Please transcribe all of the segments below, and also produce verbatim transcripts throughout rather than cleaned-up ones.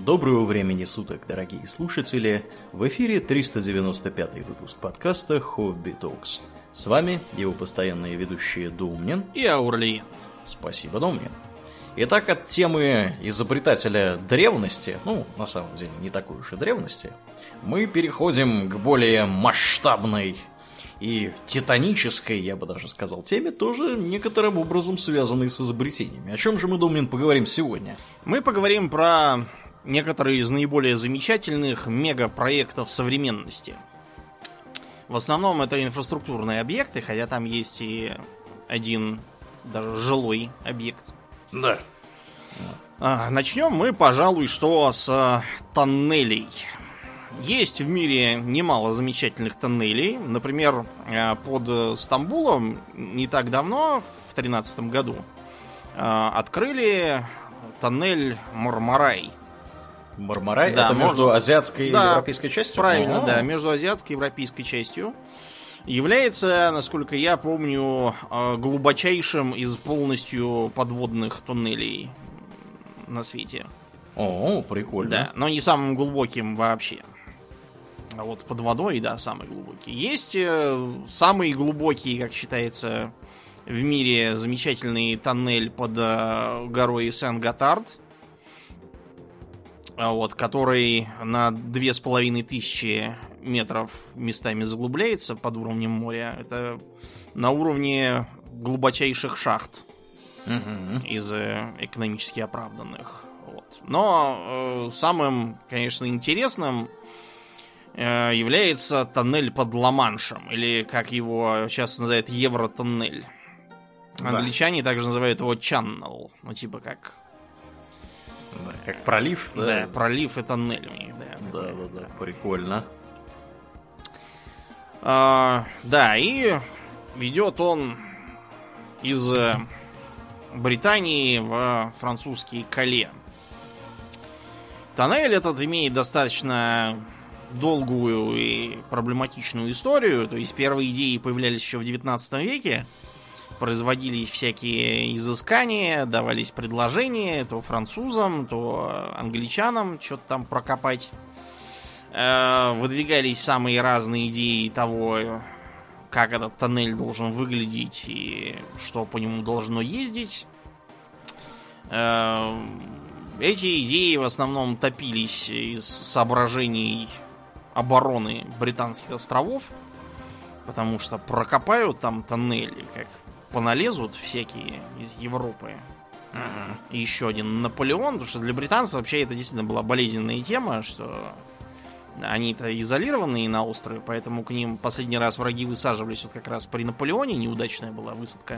Доброго времени суток, дорогие слушатели! В эфире триста девяносто пятый выпуск подкаста Hobby Talks. С вами его постоянные ведущие Домнин и Аурлиен. Спасибо, Домнин. Итак, от темы изобретателя древности, ну, на самом деле, не такой уж и древности, мы переходим к более масштабной и титанической, я бы даже сказал, теме, тоже некоторым образом связанной с изобретениями. О чем же мы, Домнин, поговорим сегодня? Мы поговорим про некоторые из наиболее замечательных мегапроектов современности. В основном это инфраструктурные объекты, хотя там есть и один даже жилой объект. Да. А, начнем мы, пожалуй, что с тоннелей. Есть в мире немало замечательных тоннелей. Например, под Стамбулом не так давно, в тринадцатом году, открыли тоннель Мармарай. Мармарай? Да, это между можно... азиатской да, и европейской частью? Правильно, А-а-а. да, между азиатской и европейской частью. Является, насколько я помню, глубочайшим из полностью подводных тоннелей на свете. О, прикольно. Да, но не самым глубоким вообще. А вот под водой, да, самый глубокий. Есть э, самый глубокий, как считается, в мире замечательный тоннель под э, горой Сен-Готард, вот, который на две с половиной тысячи метров местами заглубляется под уровнем моря. Это на уровне глубочайших шахт Угу. из э, экономически оправданных. Вот. Но э, самым, конечно, интересным э, является тоннель под Ла-Маншем, или, как его сейчас называют, Евротоннель. Да. Англичане также называют его Channel, ну типа как... Да, как пролив, да? Да, пролив и тоннель у них, да. Да, да, да, прикольно. А, да, и ведет он из э, Британии в французский Кале. Тоннель этот имеет достаточно долгую и проблематичную историю. То есть первые идеи появлялись еще в девятнадцатом веке. Производились всякие изыскания, давались предложения то французам, то англичанам что-то там прокопать. Выдвигались самые разные идеи того, как этот тоннель должен выглядеть и что по нему должно ездить. Эти идеи в основном топились из соображений обороны Британских островов, потому что прокопают там тоннели, как поналезут всякие из Европы. Угу. И еще один Наполеон, потому что для британцев вообще это действительно была болезненная тема, что они-то изолированные на острове, поэтому к ним последний раз враги высаживались вот как раз при Наполеоне, неудачная была высадка.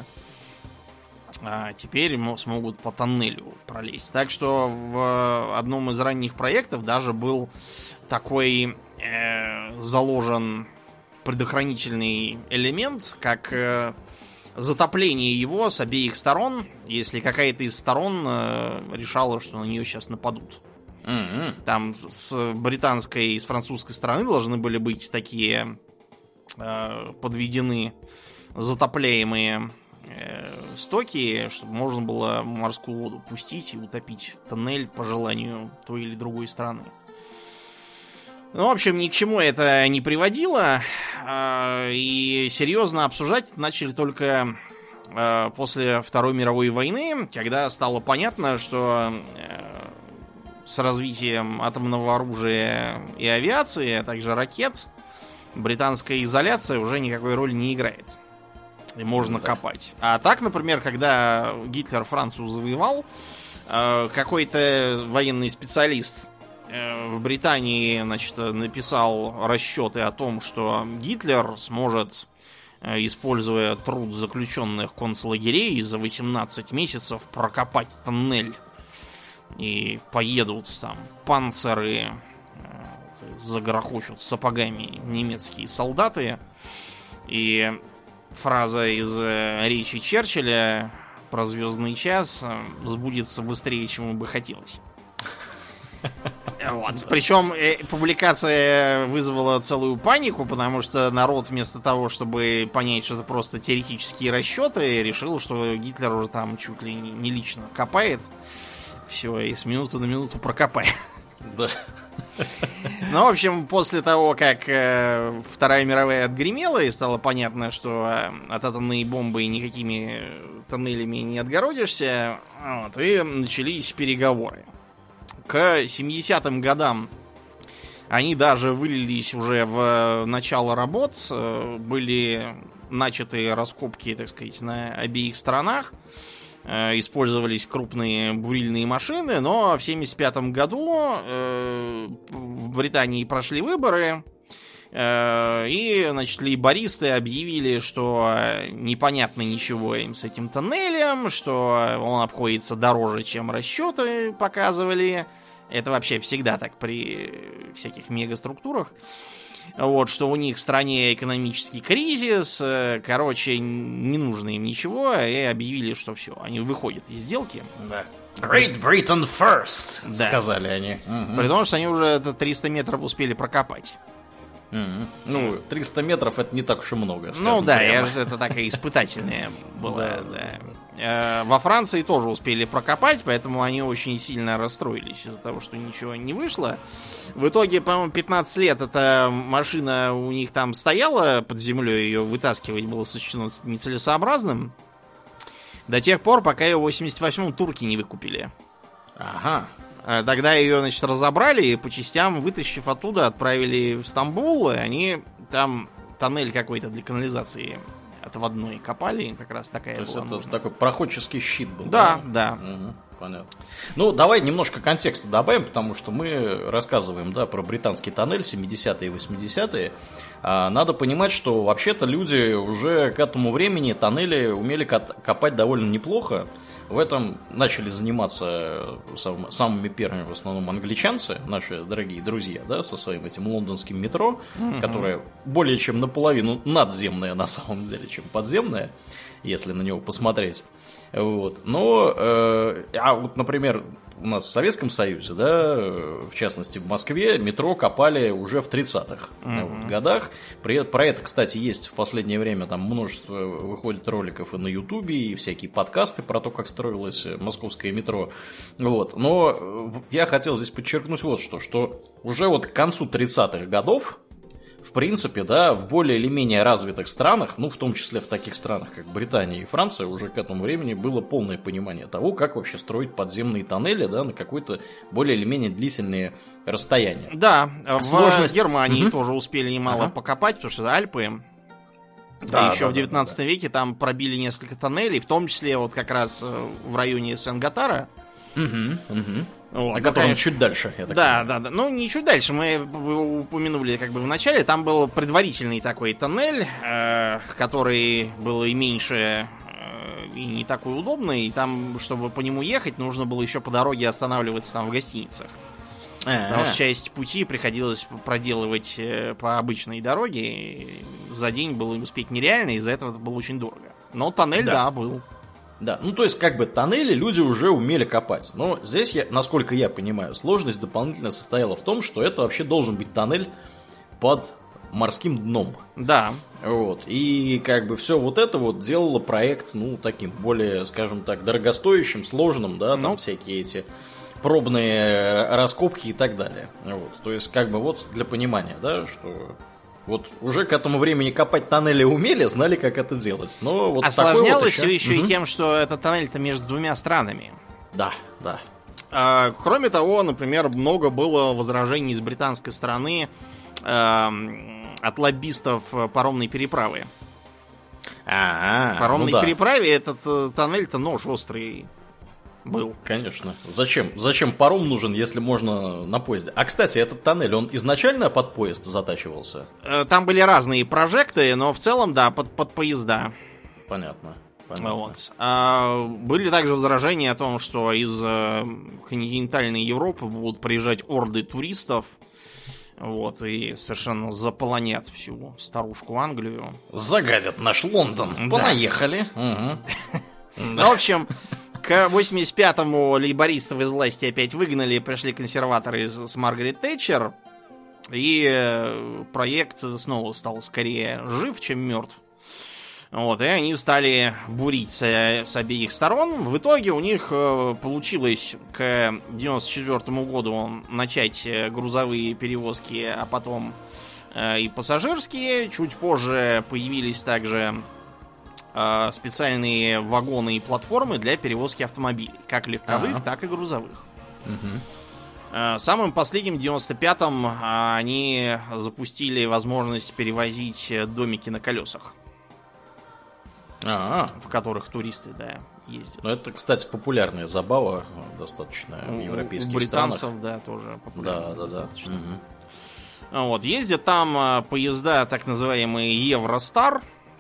А теперь смогут по тоннелю пролезть. Так что в одном из ранних проектов даже был такой э, заложен предохранительный элемент, как э, затопление его с обеих сторон, если какая-то из сторон э, решала, что на нее сейчас нападут. Mm-hmm. Там с британской и с французской стороны должны были быть такие э, подведены затопляемые э, стоки, чтобы можно было морскую воду пустить и утопить тоннель по желанию той или другой страны. Ну, в общем, ни к чему это не приводило, э, и серьезно обсуждать начали только э, после Второй мировой войны, когда стало понятно, что э, с развитием атомного оружия и авиации, а также ракет, британская изоляция уже никакой роли не играет. И можно да. копать. А так, например, когда Гитлер Францию завоевал, э, какой-то военный специалист в Британии, значит, написал расчеты о том, что Гитлер сможет, используя труд заключенных концлагерей, за восемнадцать месяцев прокопать тоннель. И поедут там панцеры, загрохочут сапогами немецкие солдаты. И фраза из речи Черчилля про звездный час сбудется быстрее, чем ему бы хотелось. Вот. Причем э, публикация вызвала целую панику, потому что народ вместо того, чтобы понять, что это просто теоретические расчеты, решил, что Гитлер уже там чуть ли не лично копает. Все, и с минуты на минуту прокопает. Да. Ну, в общем, после того, как э, Вторая мировая отгремела, и стало понятно, что э, от атомной бомбы никакими тоннелями не отгородишься, вот, и начались переговоры. К семидесятым годам они даже вылились уже в начало работ, э, были начаты раскопки, так сказать, на обеих сторонах. Использовались крупные бурильные машины, но в семьдесят пятом году э, в Британии прошли выборы, э, и, значит, лейбористы объявили, что непонятно ничего им с этим тоннелем, что он обходится дороже, чем расчеты показывали. Это вообще всегда так при всяких мегаструктурах. Вот, что у них в стране экономический кризис, короче, не нужно им ничего, и объявили, что все, они выходят из сделки. Да. Great Britain first, да. Сказали они. Угу. При том, что они уже триста метров успели прокопать. Угу. Ну, триста метров это не так уж и много. Ну да, я, это такая испытательная была. Да. Во Франции тоже успели прокопать, поэтому они очень сильно расстроились из-за того, что ничего не вышло. В итоге, по-моему, пятнадцать лет эта машина у них там стояла под землей, ее вытаскивать было сочтено нецелесообразным. До тех пор, пока ее в восемьдесят восьмом турки не выкупили. Ага. Тогда ее, значит, разобрали и по частям, вытащив оттуда, отправили в Стамбул. И они там тоннель какой-то для канализации отводной копали. Как раз такая То была есть это нужна. такой проходческий щит был. Да, да. да. Угу, понятно. Ну, давай немножко контекста добавим, потому что мы рассказываем, да, про британский тоннель семидесятые и восьмидесятые. А надо понимать, что вообще-то люди уже к этому времени тоннели умели копать довольно неплохо. В этом начали заниматься сам, самыми первыми в основном англичанцы, наши дорогие друзья, да, со своим этим лондонским метро, mm-hmm. которое более чем наполовину надземное на самом деле, чем подземное, если на него посмотреть. Вот. Но, э, а вот, например, у нас в Советском Союзе, да, в частности в Москве, метро копали уже в тридцатых mm-hmm. вот, годах. При, про это, кстати, есть в последнее время там множество выходит роликов и на Ютубе, и всякие подкасты про то, как строилось московское метро. Вот. Но я хотел здесь подчеркнуть вот что, что уже вот к концу тридцатых годов, в принципе, да, в более или менее развитых странах, ну, в том числе в таких странах, как Британия и Франция, уже к этому времени было полное понимание того, как вообще строить подземные тоннели, да, на какое-то более или менее длительные расстояния. Да, Сложность... в Германии угу. тоже успели немало ага. покопать, потому что Альпы. Да, еще да, в девятнадцатом да, да. веке там пробили несколько тоннелей, в том числе вот как раз в районе Сен-Готара. Угу, угу. Вот, а ну, котором конечно... чуть дальше, я так да, понимаю. да, да. Ну, не чуть дальше. Мы упомянули как бы в начале. Там был предварительный такой тоннель, э, который был и меньше, э, и не такой удобный. И там, чтобы по нему ехать, нужно было еще по дороге останавливаться там в гостиницах. А-а-а. Потому что часть пути приходилось проделывать э, по обычной дороге. И за день было успеть нереально, из-за этого это было очень дорого. Но тоннель, да, да был. Да, ну то есть как бы тоннели люди уже умели копать. Но здесь, я, насколько я понимаю, сложность дополнительно состояла в том, что это вообще должен быть тоннель под морским дном. Да. Вот. И как бы все вот это вот делало проект, ну, таким более, скажем так, дорогостоящим, сложным, да, там ну. всякие эти пробные раскопки и так далее. Вот. То есть как бы вот для понимания, да, что... Вот уже к этому времени копать тоннели умели, знали, как это делать. Но вот осложнялось вот все еще угу. и тем, что этот тоннель-то между двумя странами. Да, да. А, кроме того, например, много было возражений с британской стороны э, от лоббистов паромной переправы. А-а-а, паромной ну да. переправе этот тоннель-то нож острый был. Конечно. Зачем? Зачем паром нужен, если можно на поезде? А, кстати, этот тоннель, он изначально под поезд затачивался? Там были разные прожекты, но в целом, да, под, под поезда. Понятно. Понятно. Вот. А, были также возражения о том, что из континентальной Европы будут приезжать орды туристов, вот, и совершенно заполонят всю старушку Англию. Загадят наш Лондон. Да. Понаехали. Ну, в общем... К восемьдесят пятому лейбористов из власти опять выгнали, пришли консерваторы с Маргарет Тэтчер, и проект снова стал скорее жив, чем мертв. Вот, и они стали бурить с, с обеих сторон. В итоге у них э, получилось к девяносто четвёртому году начать грузовые перевозки, а потом э, и пассажирские. Чуть позже появились также э, специальные вагоны и платформы для перевозки автомобилей, как легковых, ага. так и грузовых. Угу. Самым последним, в девяносто пятом, они запустили возможность перевозить домики на колесах. А-а. В которых туристы, да, ездят. Ну, это, кстати, популярная забава, достаточно в европейских странах. У британцев, да, тоже популярная. Да, да, да. Угу. Вот, ездят там поезда, так называемые Евростар,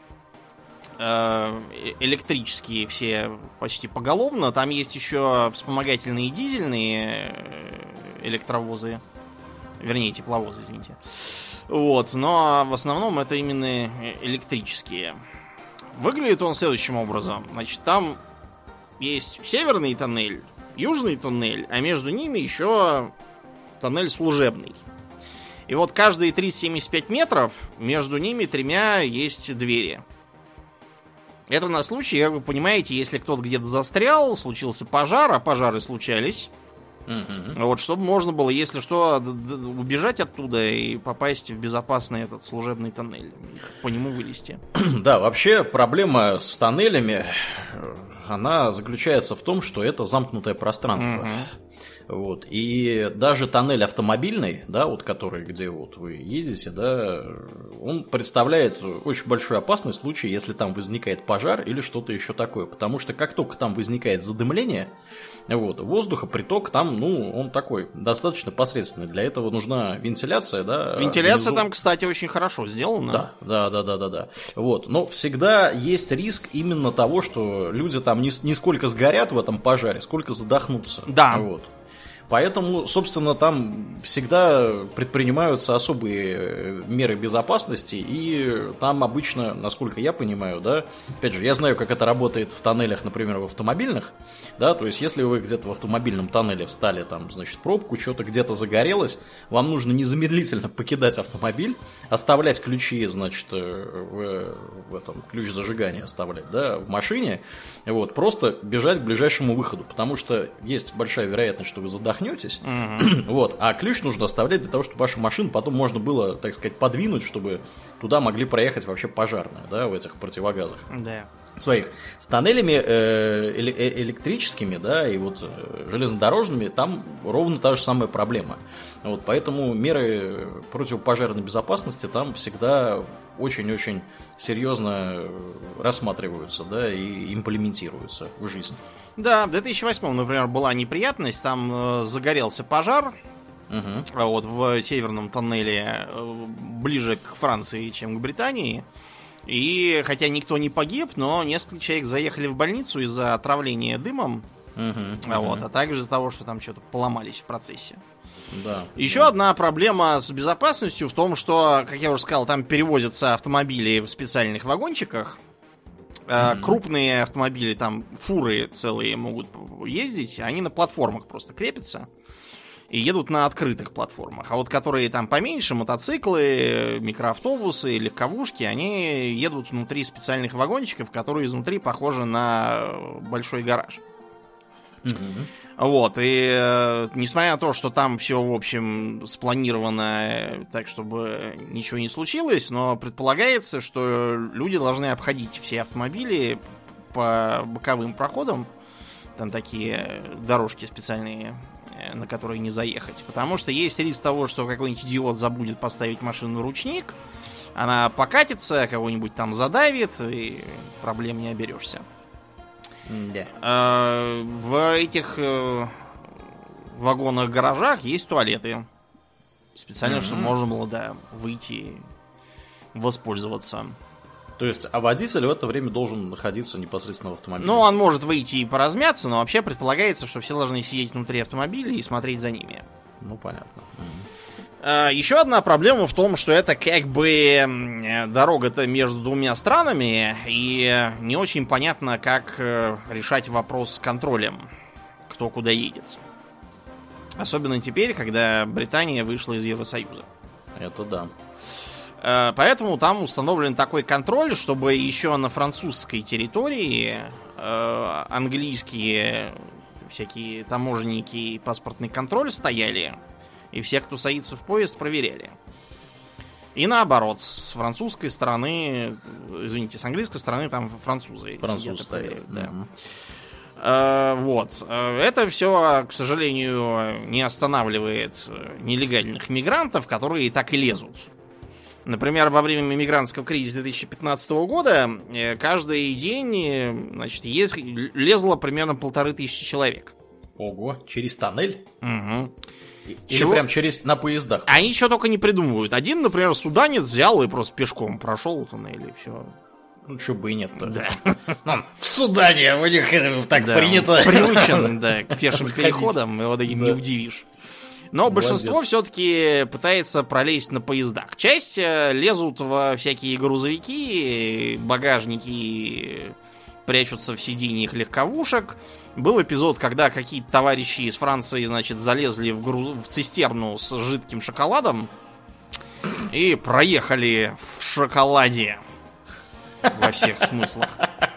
электрические все почти поголовно. Там есть еще вспомогательные дизельные электровозы, вернее, тепловозы, извините. Вот, но в основном это именно электрические. Выглядит он следующим образом. Значит, там есть северный тоннель, южный тоннель, а между ними еще тоннель служебный. И вот каждые триста семьдесят пять метров между ними тремя есть двери. Это на случай, как вы понимаете, если кто-то где-то застрял, случился пожар, а пожары случались. Mm-hmm. Вот, чтобы можно было, если что, убежать оттуда и попасть в безопасный этот служебный тоннель, по нему вылезти. Да, вообще проблема с тоннелями, она заключается в том, что это замкнутое пространство. Mm-hmm. Вот. И даже тоннель автомобильный, да, вот который, где вот вы едете, да, он представляет очень большую опасность в случае, если там возникает пожар или что-то еще такое. Потому что как только там возникает задымление, вот, воздуха, приток там, ну, он такой достаточно посредственный. Для этого нужна вентиляция, да. Вентиляция внизу. Там, кстати, очень хорошо сделана. Да, да, да, да, да, да. Вот. Но всегда есть риск именно того, что люди там не, не сколько сгорят в этом пожаре, сколько задохнутся. Да. Вот. Поэтому, собственно, там всегда предпринимаются особые меры безопасности, и там обычно, насколько я понимаю, да, опять же, я знаю, как это работает в тоннелях, например, в автомобильных, да, то есть, если вы где-то в автомобильном тоннеле встали, там, значит, пробку, что-то где-то загорелось, вам нужно незамедлительно покидать автомобиль, оставлять ключи, значит, в, в этом, ключ зажигания оставлять, да, в машине, вот, просто бежать к ближайшему выходу, потому что есть большая вероятность, что вы задохнетесь, Mm-hmm. вот, а ключ нужно оставлять для того, чтобы вашу машину потом можно было, так сказать, подвинуть, чтобы туда могли проехать вообще пожарные, да, в этих противогазах. Да. Своих. С тоннелями э, электрическими, да, и вот э, железнодорожными там ровно та же самая проблема. Вот, поэтому меры противопожарной безопасности там всегда очень-очень серьезно рассматриваются, да, и имплементируются в жизнь. Да, в две тысячи восьмом, например, была неприятность, там э, загорелся пожар, uh-huh. вот, в северном тоннеле, э, ближе к Франции, чем к Британии. И хотя никто не погиб, но несколько человек заехали в больницу из-за отравления дымом, uh-huh. Uh-huh. Вот, а также из-за того, что там что-то поломались в процессе. Да, Еще да. одна проблема с безопасностью в том, что, как я уже сказал, там перевозятся автомобили в специальных вагончиках. Mm-hmm. Крупные автомобили, там фуры целые могут ездить, они на платформах просто крепятся и едут на открытых платформах. А вот которые там поменьше, мотоциклы, микроавтобусы, легковушки, они едут внутри специальных вагончиков, которые изнутри похожи на большой гараж. Mm-hmm. Вот, и э, несмотря на то, что там все, в общем, спланировано так, чтобы ничего не случилось, но предполагается, что люди должны обходить все автомобили по боковым проходам. Там такие дорожки специальные, на которые не заехать. Потому что есть риск того, что какой-нибудь идиот забудет поставить машину в ручник, она покатится, кого-нибудь там задавит, и проблем не оберешься. Да. В этих вагонах-гаражах есть туалеты. Специально, mm-hmm. чтобы можно было, да, выйти и воспользоваться. То есть, а водитель в это время должен находиться непосредственно в автомобиле? Ну, он может выйти и поразмяться, но вообще предполагается, что все должны сидеть внутри автомобиля и смотреть за ними. Ну, понятно. Mm-hmm. Еще одна проблема в том, что это как бы дорога-то между двумя странами, и не очень понятно, как решать вопрос с контролем, кто куда едет. Особенно теперь, когда Британия вышла из Евросоюза. Это да. Поэтому там установлен такой контроль, чтобы еще на французской территории английские всякие таможенники и паспортный контроль стояли, и все, кто садится в поезд, проверяли. И наоборот, с французской стороны, извините, с английской стороны там французы. Французы стоят. Да. Mm-hmm. Uh, вот. Uh, это все, к сожалению, не останавливает нелегальных мигрантов, которые и так и лезут. Например, во время мигрантского кризиса две тысячи пятнадцатого года каждый день, значит, ез... лезло примерно полторы тысячи человек. Ого, через тоннель? Угу. Или Чего? Прям через на поездах? Они еще только не придумывают. Один, например, суданец взял и просто пешком прошел тоннель, и все. Ну, что бы и нет-то. Да. Ну, в Судане у них это так да, принято. Привычен, да, к пешим переходам, его таким не удивишь. Но Молодец. Большинство все-таки пытается пролезть на поездах. Часть лезут во всякие грузовики, багажники, прячутся в сиденьях легковушек. Был эпизод, когда какие-то товарищи из Франции, значит, залезли в, груз... в цистерну с жидким шоколадом и проехали в шоколаде. Во всех смыслах.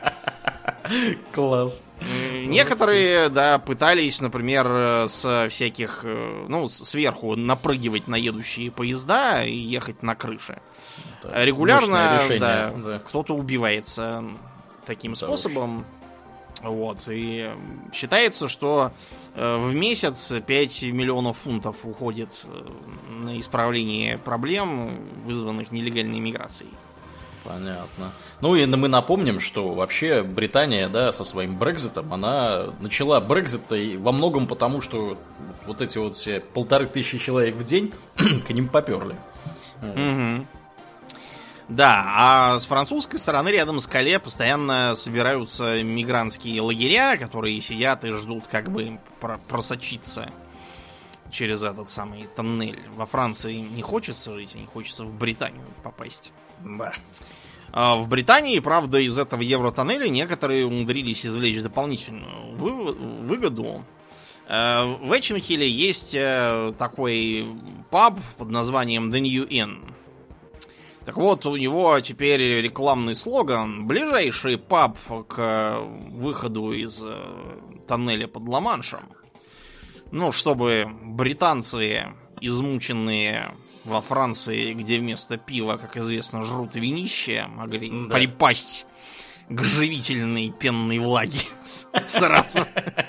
Класс. Некоторые, да, пытались, например, с всяких, ну, сверху напрыгивать на едущие поезда и ехать на крыше. Это регулярно, решение, да, да. Кто-то убивается таким да способом. Уж. Вот. И считается, что в месяц пять миллионов фунтов уходит на исправление проблем, вызванных нелегальной миграцией. Понятно. Ну и мы напомним, что вообще Британия, да, со своим Брекситом, она начала Брексит во многом потому, что вот эти вот все полторы тысячи человек в день к ним поперли. Mm-hmm. Да, а с французской стороны рядом с Кале постоянно собираются мигрантские лагеря, которые сидят и ждут, как бы им просочиться через этот самый тоннель. Во Франции не хочется жить, а не хочется в Британию попасть. Да. А в Британии, правда, из этого евротоннеля некоторые умудрились извлечь дополнительную вы- выгоду. В Эченхилле есть такой паб под названием The New Inn. Так вот, у него теперь рекламный слоган: ближайший паб к выходу из тоннеля под Ла-Маншем. Ну, чтобы британцы, измученные во Франции, где вместо пива, как известно, жрут винище, могли да. припасть к живительной пенной влаге сразу.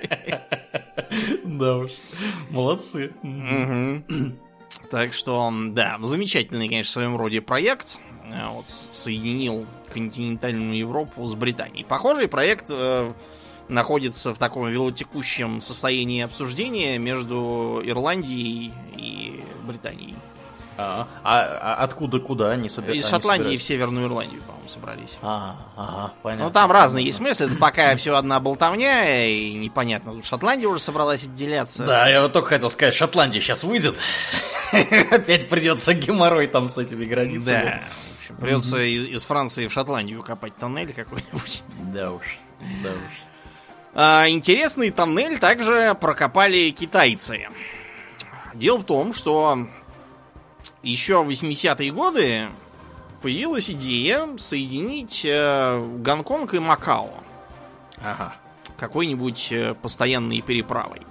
Да уж, молодцы. Так что, да, замечательный, конечно, в своем роде проект. Вот, соединил континентальную Европу с Британией. Похожий проект э, находится в таком велотекущем состоянии обсуждения между Ирландией и Британией. А, а, а откуда куда они собираются? Из Шотландии в Северную Ирландию, по-моему, собрались. А, ага, понятно. Ну, там разные есть смыслы. Это пока все одна болтовня, и непонятно. Тут Шотландия уже собралась отделяться. Да, я вот только хотел сказать, Шотландия сейчас выйдет. Опять придется геморрой там с этими границами. Да, в общем, придется из, из Франции в Шотландию копать тоннель какой-нибудь. Да уж, да уж. А, интересный тоннель также прокопали китайцы. Дело в том, что еще в восьмидесятые годы появилась идея соединить э, Гонконг и Макао. Ага. Какой-нибудь э, постоянной переправой.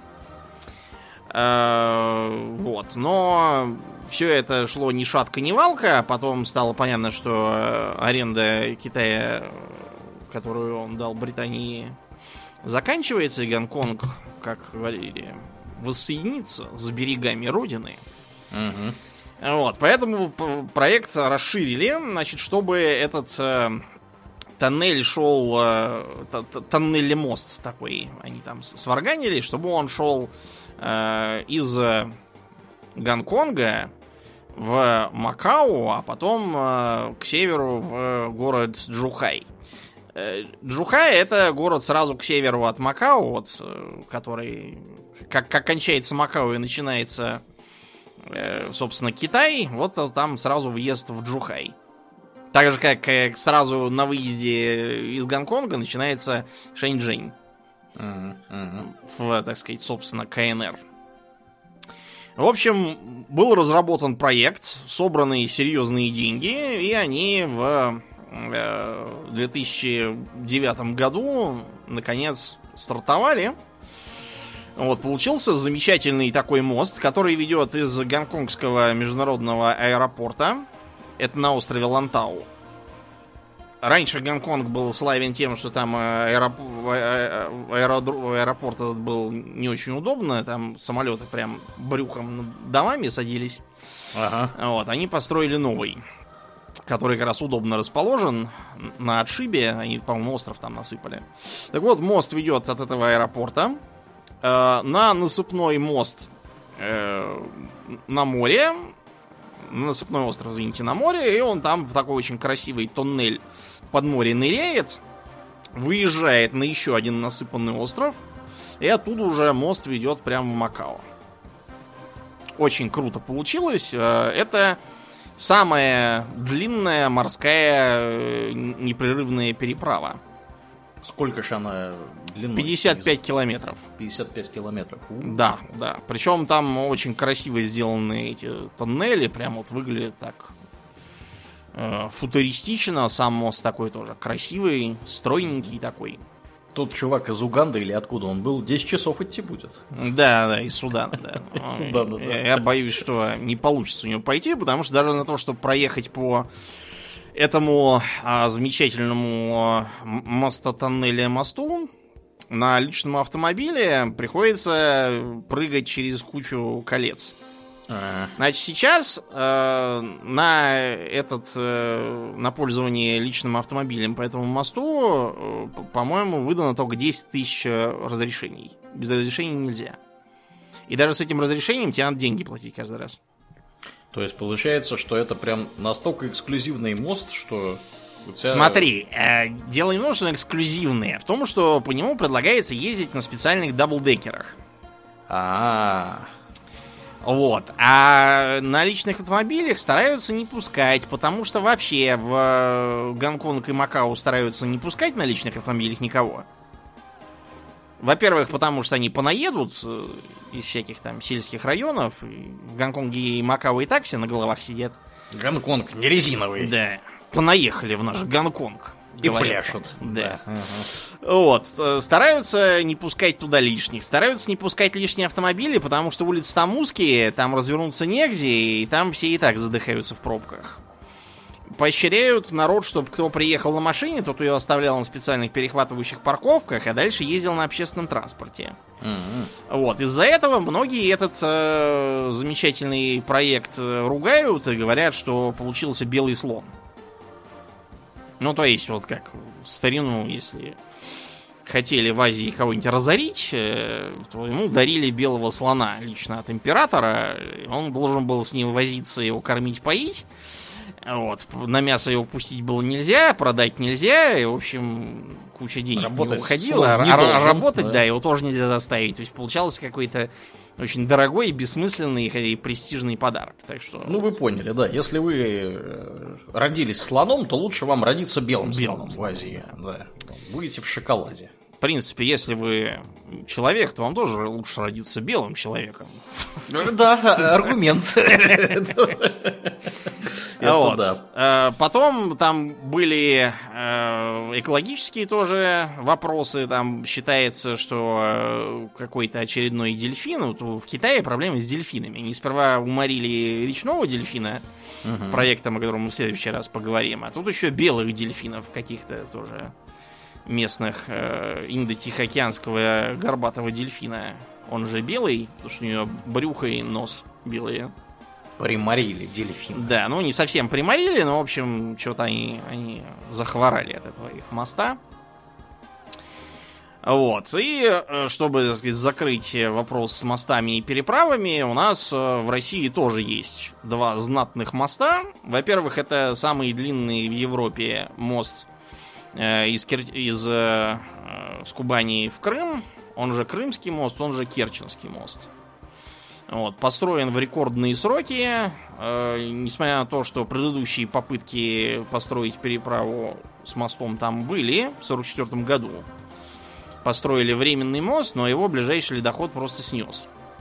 Э, вот. Но все это шло ни шатка, ни валка. Потом стало понятно, что аренда Китая, которую он дал Британии, заканчивается. И Гонконг, как говорили, воссоединится с берегами родины. Угу. Вот, поэтому проект расширили, значит, чтобы этот э, тоннель шел, э, тоннель-мост такой, они там сварганили, чтобы он шел э, из Гонконга в Макао, а потом э, к северу в город Чжухай. Э, Чжухай — это город сразу к северу от Макао, вот, э, который, как, как кончается Макао и начинается, собственно, Китай, вот там сразу въезд в Чжухай. Так же, как сразу на выезде из Гонконга начинается Шэньчжэнь. Uh-huh, uh-huh. В, так сказать, собственно, КНР. В общем, был разработан проект, собраны серьезные деньги, и они в две тысячи девятом году наконец стартовали. Вот, получился замечательный такой мост, который ведет из Гонконгского международного аэропорта. Это на острове Лантау. Раньше Гонконг был славен тем, что там аэроп... аэродром... аэропорт этот был не очень удобно. Там самолеты прям брюхом над домами садились. Ага. Вот, они построили новый, который как раз удобно расположен на отшибе. Они, по-моему, остров там насыпали. Так вот, мост ведет от этого аэропорта э, на насыпной мост э, на море. Насыпной остров, извините, на море. И он там в такой очень красивый тоннель под море ныряет, выезжает на еще один насыпанный остров, и оттуда уже мост ведет прямо в Макао. Очень круто получилось. Это самая длинная морская непрерывная переправа. Сколько же она длиной? пятьдесят пять километров. пятьдесят пять километров. У-у-у. Да, да. Причем там очень красиво сделаны эти тоннели. Прям вот выглядит так э, футуристично. Сам мост такой тоже красивый, стройненький такой. Тот чувак из Уганды или откуда он был, десять часов идти будет. Да, да, из Судана, да. Из Судана, да. Я боюсь, что не получится у него пойти, потому что даже на то, чтобы проехать по этому а, замечательному а, мостотоннеле мосту на личном автомобиле приходится прыгать через кучу колец. А. Значит, сейчас э, на этот э, на пользование личным автомобилем по этому мосту, э, по-моему, выдано только десять тысяч разрешений. Без разрешений нельзя. И даже с этим разрешением тебе надо деньги платить каждый раз. То есть получается, что это прям настолько эксклюзивный мост, что у тебя... Смотри, э, дело не в том, что он эксклюзивный, а в том, что по нему предлагается ездить на специальных даблдекерах. А-а-а. Вот. А на личных автомобилях стараются не пускать, потому что вообще в Гонконг и Макао стараются не пускать на личных автомобилях никого. Во-первых, потому что они понаедут из всяких там сельских районов. В Гонконге и Макао и так все на головах сидят. Гонконг не резиновый. Да. Понаехали в наш Гонконг. И говорят. пляшут. Да. Ага. Вот. Стараются не пускать туда лишних. Стараются не пускать лишние автомобили, потому что улицы там узкие, там развернуться негде, и там все и так задыхаются в пробках. Поощряют народ, чтобы кто приехал на машине, тот ее оставлял на специальных перехватывающих парковках, а дальше ездил на общественном транспорте. Mm-hmm. Вот. Из-за этого многие этот э, замечательный проект ругают и говорят, что получился белый слон. Ну, то есть, вот как в старину, если хотели в Азии кого-нибудь разорить, э, то ему дарили белого слона лично от императора. Он должен был с ним возиться, его кормить, поить. Вот. На мясо его пустить было нельзя, продать нельзя. И, в общем, куча денег работать уходила. А, должен, работать, да. да, его тоже нельзя заставить. То есть, получался какой-то очень дорогой, бессмысленный и престижный подарок. Так что... Ну, вы поняли, да. Если вы родились слоном, то лучше вам родиться белым, белым слоном в Азии. Да. Будете в шоколаде. В принципе, если вы человек, то вам тоже лучше родиться белым человеком. Да, аргумент. Вот. Да. Потом там были экологические тоже вопросы. Там считается, что какой-то очередной дельфин. Вот в Китае проблемы с дельфинами. Они сперва уморили речного дельфина, угу. проектом, о котором мы в следующий раз поговорим. А тут еще белых дельфинов каких-то тоже местных, э, индо-тихоокеанского горбатого дельфина. Он же белый, потому что у него брюхо и нос белые. Приморили дельфина. Да, ну не совсем приморили, но, в общем, что-то они, они захворали от этого их моста. Вот. И чтобы, так сказать, закрыть вопрос с мостами и переправами, у нас в России тоже есть два знатных моста. Во-первых, это самый длинный в Европе мост из, Кир... из э, с Кубани в Крым. Он же Крымский мост, он же Керченский мост. Вот, построен в рекордные сроки. Э, несмотря на то, что предыдущие попытки построить переправу с мостом там были в сорок четвёртом году. Построили временный мост, но его ближайший ледоход просто снес.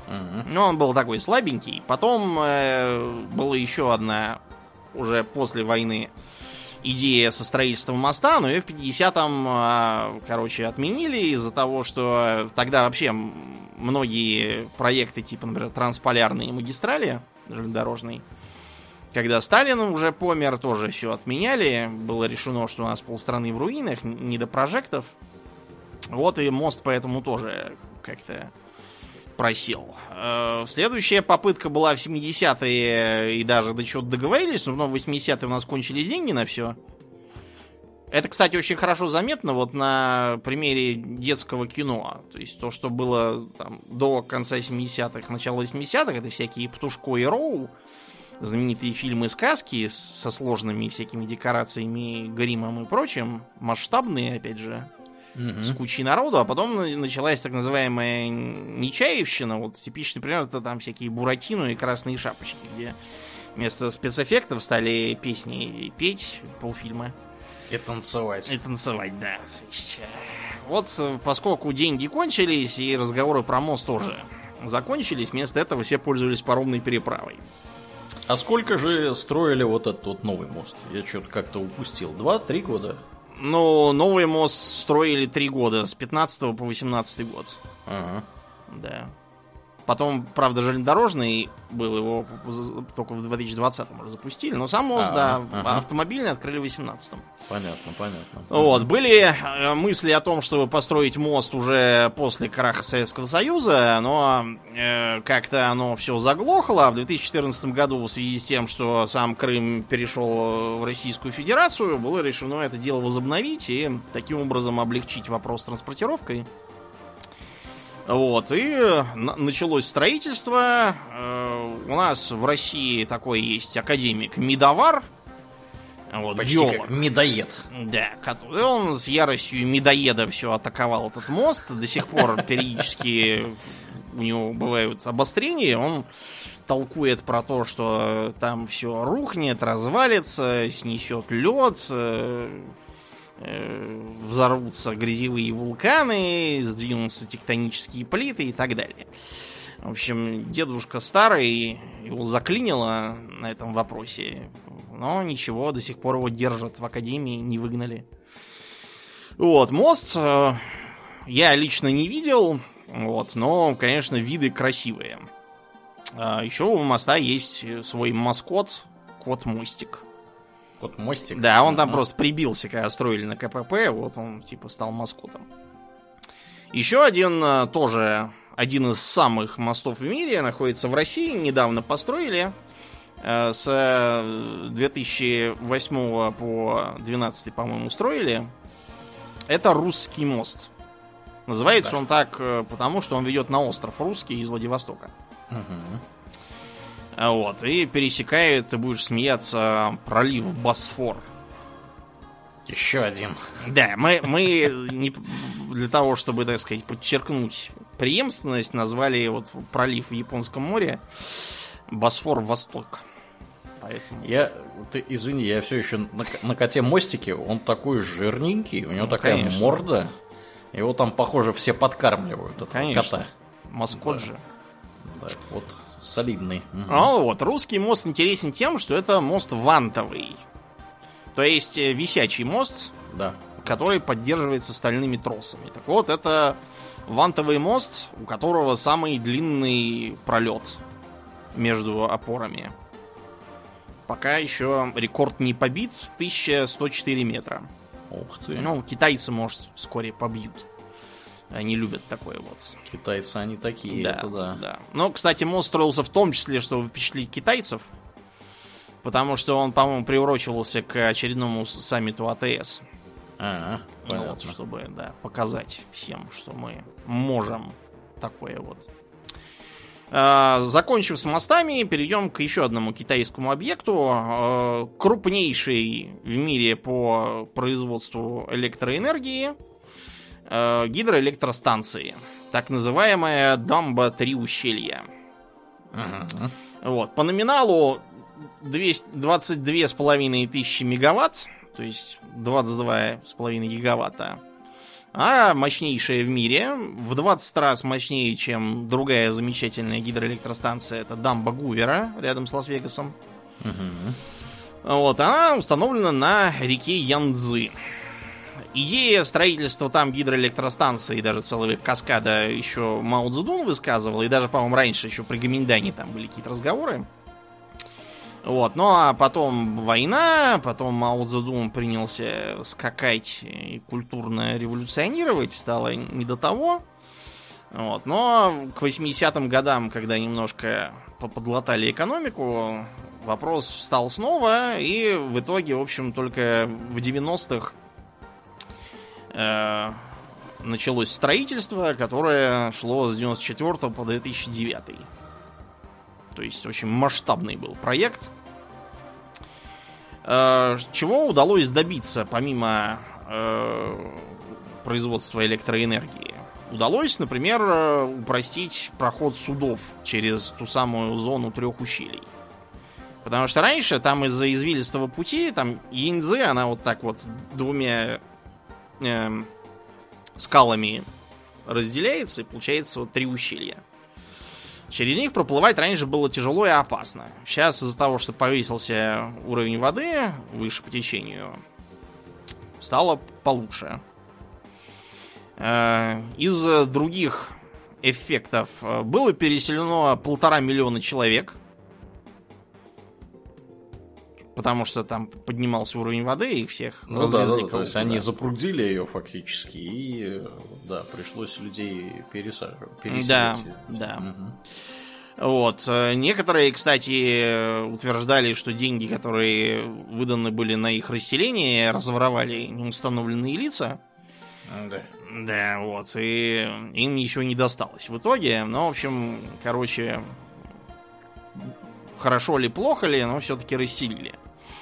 Угу. Ну, он был такой слабенький. Потом э, была еще одна, уже после войны, идея со строительством моста, но ее в пятидесятом, э, короче, отменили из-за того, что тогда вообще многие проекты, типа, например, трансполярные магистрали железнодорожные, когда Сталин уже помер, тоже все отменяли. Было решено, что у нас полстраны в руинах, не до прожектов. Вот и мост поэтому тоже как-то просел. Следующая попытка была в семидесятые, и даже до чего-то договорились, но в восьмидесятые у нас кончились деньги на все. Это, кстати, очень хорошо заметно вот на примере детского кино. То есть то, что было там, до конца семидесятых, начала восьмидесятых, это всякие Птушко и Роу, знаменитые фильмы-сказки со сложными всякими декорациями, гримом и прочим, масштабные, опять же, угу. с кучей народу, а потом началась так называемая нечаевщина. Вот типичный пример — это там всякие Буратино и Красные шапочки, где вместо спецэффектов стали песни петь полфильма. И танцевать. И танцевать, да. То есть, вот поскольку деньги кончились, и разговоры про мост тоже закончились, вместо этого все пользовались паромной переправой. А сколько же строили вот этот вот новый мост? Я что-то как-то упустил. Два-три года? Ну, новый мост строили три года, с пятнадцатого по восемнадцатый год. Ага. Да. Потом, правда, железнодорожный был, его только в две тысячи двадцатом уже запустили. Но сам мост, а, да, ага. автомобильный открыли в восемнадцатом. Понятно, понятно. Вот, были мысли о том, чтобы построить мост уже после краха Советского Союза, но э, как-то оно все заглохло. В две тысячи четырнадцатом году, в связи с тем, что сам Крым перешел в Российскую Федерацию, было решено это дело возобновить и таким образом облегчить вопрос с транспортировкой. Вот, и началось строительство. У нас в России такой есть академик Медовар. Вот, почти биолог. Как медоед. Да, он с яростью медоеда все атаковал этот мост. До сих пор периодически у него бывают обострения. Он толкует про то, что там все рухнет, развалится, снесет лед, взорвутся грязевые вулканы, сдвинутся тектонические плиты и так далее. В общем, дедушка старый, его заклинило на этом вопросе. Но ничего, до сих пор его держат в академии, не выгнали. Вот, мост я лично не видел, вот, но, конечно, виды красивые. Еще у моста есть свой маскот, кот-мостик. Кот-мостик? Да, он там uh-huh. просто прибился, когда строили на КПП, вот он типа стал маскотом. Еще один тоже, один из самых мостов в мире находится в России, недавно построили. С две тысячи восьмого по двенадцатый, по-моему, строили. Это Русский мост. Называется да. он так, потому что он ведет на остров Русский из Владивостока. Uh-huh. Вот, и пересекает, ты будешь смеяться, пролив Босфор. Еще один. Да, мы, мы не, для того, чтобы, так сказать, подчеркнуть преемственность, назвали вот пролив в Японском море Босфор-Восток. Поэтому... Я, ты извини, я все еще на, на коте-мостике, он такой жирненький, у него ну, такая конечно. морда, его там, похоже, все подкармливают, этого конечно. кота. Маскот да. же. Да, вот солидный. Угу. Ну вот, Русский мост интересен тем, что это мост вантовый. То есть висячий мост, да. который поддерживается стальными тросами. Так вот, это вантовый мост, у которого самый длинный пролет между опорами. Пока еще рекорд не побит, тысяча сто четыре метра. Ух ты. Ну, китайцы, может, вскоре побьют. Они любят такое вот. Китайцы они такие, да, это да. да. Но, кстати, мост строился в том числе, чтобы впечатлить китайцев. Потому что он, по-моему, приурочивался к очередному саммиту АТС. А, ну, вот, чтобы, да, показать всем, что мы можем такое вот. А, закончив с мостами, перейдем к еще одному китайскому объекту. А, крупнейший в мире по производству электроэнергии. А, гидроэлектростанции. Так называемая дамба Три ущелья. Uh-huh. Вот. По номиналу двадцать две с половиной тысячи мегаватт, то есть двадцать два с половиной гигаватта. А мощнейшая в мире, в двадцать раз мощнее, чем другая замечательная гидроэлектростанция, это дамба Гувера рядом с Лас-Вегасом. Угу. Вот, она установлена на реке Янцзы. Идея строительства там гидроэлектростанции и даже целого каскада еще Мао Цзэдун высказывал, и даже, по-моему, раньше еще при Гоминдане там были какие-то разговоры. Вот, ну а потом война, потом Мао Цзэдун принялся скакать и культурно революционировать, стало не до того. Вот, но к восьмидесятым годам, когда немножко подлатали экономику, вопрос встал снова, и в итоге, в общем, только в девяностых э, началось строительство, которое шло с девяносто четвёртого по две тысячи девятый. То есть очень масштабный был проект. Э, чего удалось добиться помимо э, производства электроэнергии? Удалось, например, упростить проход судов через ту самую зону трех ущелий. Потому что раньше там из-за извилистого пути, там Янцзы, она вот так вот двумя э, скалами разделяется, и получается вот три ущелья. Через них проплывать раньше было тяжело и опасно. Сейчас из-за того, что повысился уровень воды выше по течению, стало получше. Из других эффектов было переселено полтора миллиона человек, потому что там поднимался уровень воды, и их всех ну, развезли. Да, да, то есть они запрудили ее фактически, и да, пришлось людей пересаживать. Да, да. Угу. Вот. Некоторые, кстати, утверждали, что деньги, которые выданы были на их расселение, разворовали неустановленные лица. Да. Да, вот. И им ничего не досталось в итоге. Но, в общем, короче, хорошо ли, плохо ли, но все-таки расселили.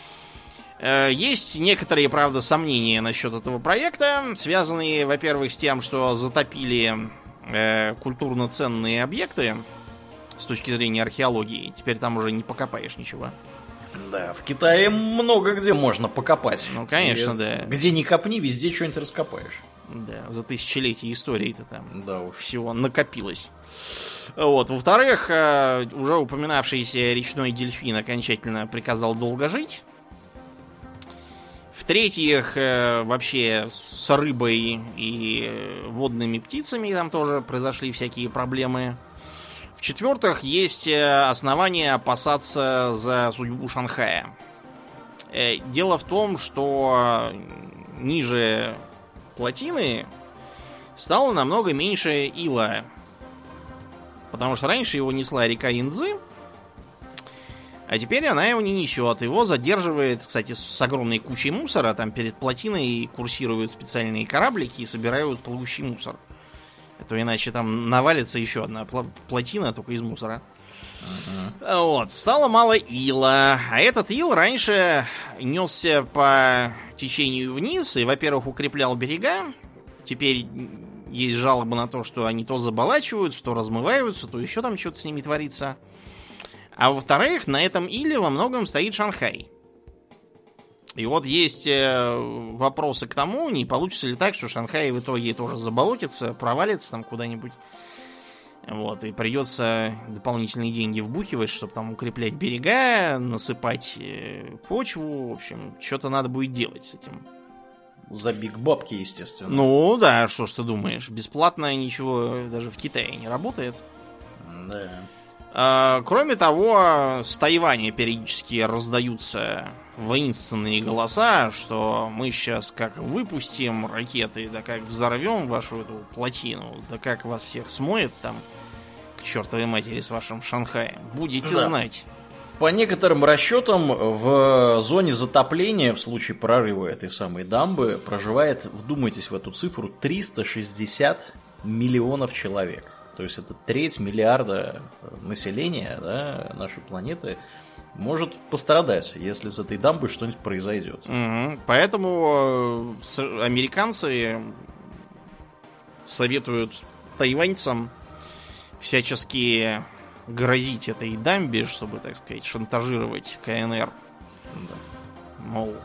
Есть некоторые, правда, сомнения насчет этого проекта, связанные, во-первых, с тем, что затопили э, культурно ценные объекты с точки зрения археологии. Теперь там уже не покопаешь ничего. Да, в Китае много где можно покопать. Ну, конечно, и да. Где ни копни, везде что-нибудь раскопаешь. Да, за тысячелетия истории-то там да уж. Всего накопилось. Вот. Во-вторых, уже упоминавшийся речной дельфин окончательно приказал долго жить. В-третьих, вообще с рыбой и водными птицами там тоже произошли всякие проблемы. В-четвертых, есть основания опасаться за судьбу Шанхая. Дело в том, что ниже плотины стало намного меньше ила. Потому что раньше его несла река Янцзы, а теперь она его не несет. Его задерживает, кстати, с огромной кучей мусора. Там перед плотиной курсируют специальные кораблики и собирают плывущий мусор. А то иначе там навалится еще одна плотина, только из мусора. Uh-huh. Вот. Стало мало ила. А этот ил раньше несся по течению вниз и, во-первых, укреплял берега. Теперь есть жалобы на то, что они то заболачиваются, то размываются, то еще там что-то с ними творится. А во-вторых, на этом иле во многом стоит Шанхай. И вот есть вопросы к тому, не получится ли так, что Шанхай в итоге тоже заболотится, провалится там куда-нибудь. Вот, и придется дополнительные деньги вбухивать, чтобы там укреплять берега, насыпать почву. В общем, что-то надо будет делать с этим. За биг бабки, естественно. Ну, да, что ж ты думаешь. Бесплатно ничего даже в Китае не работает. Да. А, кроме того, с Тайваня периодически раздаются воинственные голоса, что мы сейчас как выпустим ракеты, да как взорвем вашу эту плотину, да как вас всех смоет там к чертовой матери с вашим Шанхаем. Будете да. знать. По некоторым расчетам, в зоне затопления в случае прорыва этой самой дамбы проживает, вдумайтесь в эту цифру, триста шестьдесят миллионов человек. То есть это треть миллиарда населения, да, нашей планеты может пострадать, если с этой дамбой что-нибудь произойдет. Угу. Поэтому американцы советуют тайваньцам всячески грозить этой дамбе, чтобы, так сказать, шантажировать КНР. Да. Мол,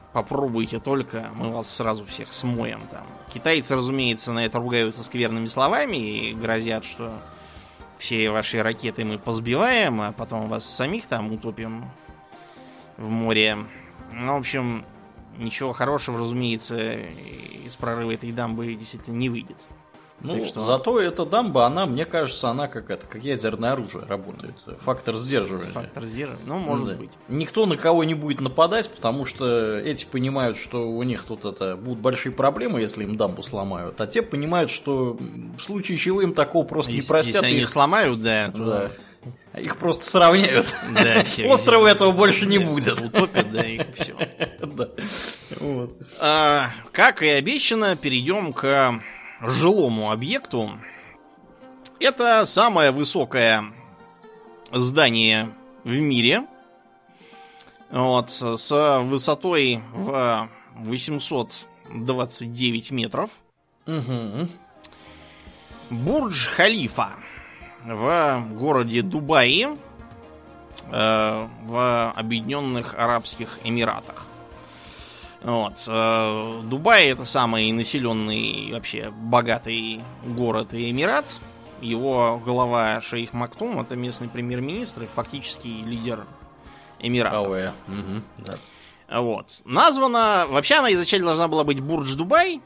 попробуйте только, мы вас сразу всех смоем там. Китайцы, разумеется, на это ругаются скверными словами и грозят, что все ваши ракеты мы позбиваем, а потом вас самих там утопим в море. Ну, в общем, ничего хорошего, разумеется, из прорыва этой дамбы действительно не выйдет. Ну, что... зато эта дамба, она, мне кажется, она как это, как ядерное оружие работает. Фактор сдерживания. Фактор сдерживания, ну, может да. быть. Никто на кого не будет нападать, потому что эти понимают, что у них тут это будут большие проблемы, если им дамбу сломают. А те понимают, что в случае чего им такого просто если, не простят. Если они их... сломают, да, то... да. Их просто сравняют. Да, острова этого больше не будет. Утопят, да, и все. Да. Вот. А, как и обещано, перейдем к жилому объекту. Это самое высокое здание в мире. Вот, с высотой в восемьсот двадцать девять метров. Угу. Бурдж-Халифа в городе Дубае, э, в Объединенных Арабских Эмиратах. Вот. Э, Дубай — это самый населенный, вообще богатый город и эмират. Его глава шейх Мактум — это местный премьер-министр и фактически лидер эмирата. Ауэ. Угу. Да. Вот. Названа... Вообще она изначально должна была быть Бурдж-Дубай.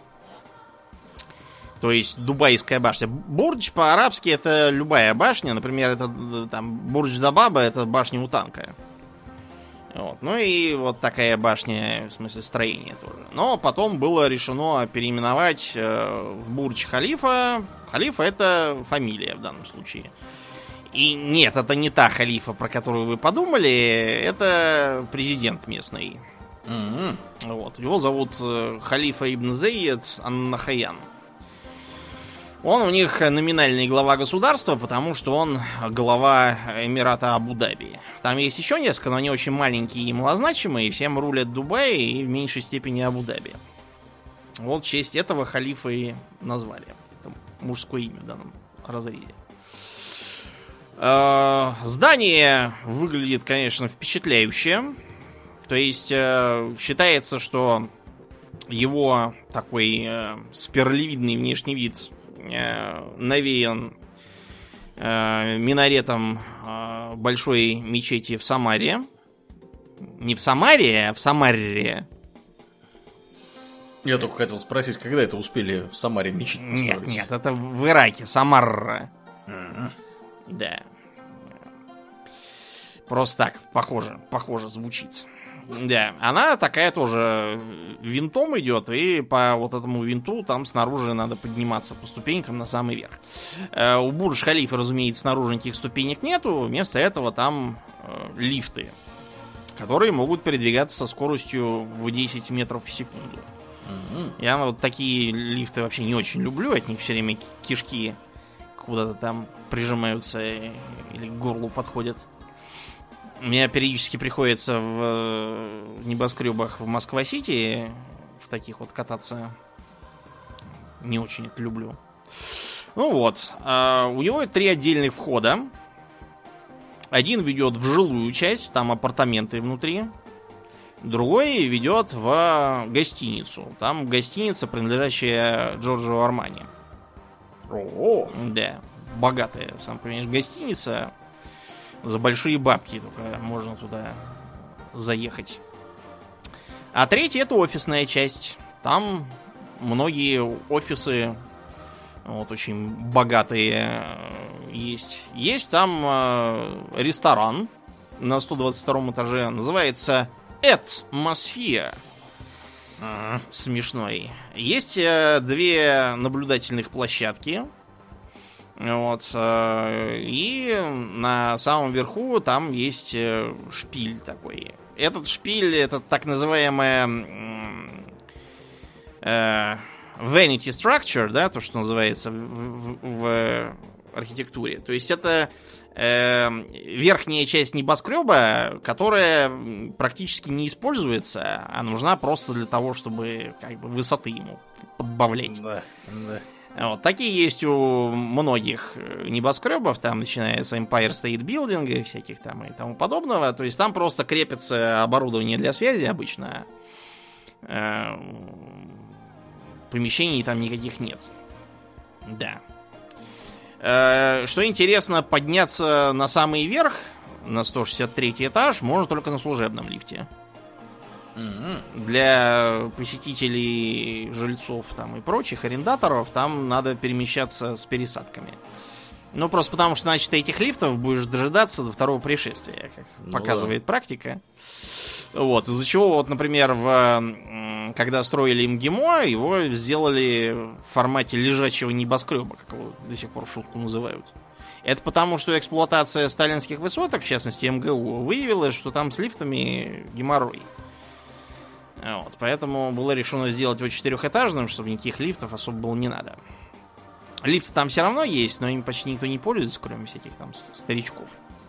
То есть Дубайская башня. Бурдж по-арабски это любая башня. Например, это там Бурдж-Дабаба — это башня у танка. Вот. Ну и вот такая башня, в смысле строения тоже. Но потом было решено переименовать э, в Бурдж-Халифа. Халифа — это фамилия в данном случае. И нет, это не та халифа, про которую вы подумали. Это президент местный. Mm-hmm. Вот. Его зовут э, Халифа ибн Зайед ан-Нахаян. Он у них номинальный глава государства, потому что он глава Эмирата Абу-Даби. Там есть еще несколько, но они очень маленькие и малозначимые, и всем рулят Дубай и в меньшей степени Абу-Даби. Вот в честь этого халифа и назвали. Это мужское имя в данном разрезе. Здание выглядит, конечно, впечатляюще. То есть считается, что его такой спиралевидный внешний вид навеян э, минаретом э, большой мечети в Самаре. Не в Самаре, а в Самаре. Я только хотел спросить, когда это успели в Самаре мечеть построить? Нет, нет, это в Ираке, Самарра. Uh-huh. Да. Просто так, похоже, похоже звучит. Да, она такая тоже винтом идет, и по вот этому винту там снаружи надо подниматься по ступенькам на самый верх. Э, у Бурдж-Халифа, разумеется, снаружи никаких ступенек нету, вместо этого там э, лифты, которые могут передвигаться со скоростью в десять метров в секунду. Mm-hmm. Я вот такие лифты вообще не очень люблю, от них все время кишки куда-то там прижимаются или к горлу подходят. Мне периодически приходится в небоскребах в Москва-Сити в таких вот кататься. Не очень это люблю. Ну вот. У него три отдельных входа. Один ведет в жилую часть, там апартаменты внутри. Другой ведет в гостиницу. Там гостиница, принадлежащая Джорджо Армани. О, да, богатая, сам понимаешь, гостиница. За большие бабки только можно туда заехать. А третья — это офисная часть. Там многие офисы вот, очень богатые есть. Есть там э, ресторан на сто двадцать втором этаже. Называется Atmosphere. Uh-huh. Смешной. Есть э, две наблюдательных площадки. Вот. И на самом верху там есть шпиль такой. Этот шпиль — это так называемая э, vanity structure, да, то, что называется в, в, в архитектуре. То есть это э, верхняя часть небоскреба, которая практически не используется, а нужна просто для того, чтобы как бы высоты ему подбавлять. Да, да. Вот, такие есть у многих небоскребов, там начинается Empire State Building и всяких там и тому подобного. То есть там просто крепится оборудование для связи обычно. Э, помещений там никаких нет. Да. Э, что интересно, подняться на самый верх, на сто шестьдесят третий этаж, можно только на служебном лифте. Mm-hmm. Для посетителей, жильцов там и прочих арендаторов там надо перемещаться с пересадками. Ну, просто потому, что, значит, этих лифтов будешь дожидаться до второго пришествия, как ну, показывает да. практика. Вот, из-за чего, вот, например, в, когда строили МГИМО, его сделали в формате лежачего небоскреба, как его до сих пор шутку называют. Это потому, что эксплуатация сталинских высоток, в частности МГУ, выявила, что там с лифтами геморрой. Вот, поэтому было решено сделать его четырехэтажным, чтобы никаких лифтов особо было не надо. Лифты там все равно есть, но им почти никто не пользуется, кроме всяких там старичков.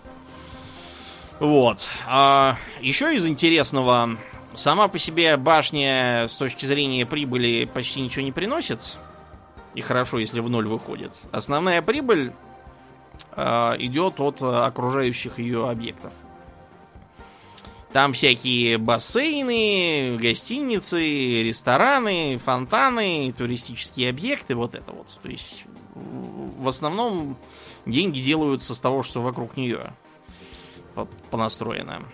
Вот. А еще из интересного, сама по себе башня с точки зрения прибыли почти ничего не приносит. И хорошо, если в ноль выходит. Основная прибыль а, идет от окружающих ее объектов. Там всякие бассейны, гостиницы, рестораны, фонтаны, туристические объекты, вот это вот. То есть, в основном деньги делаются с того, что вокруг нее понастроено.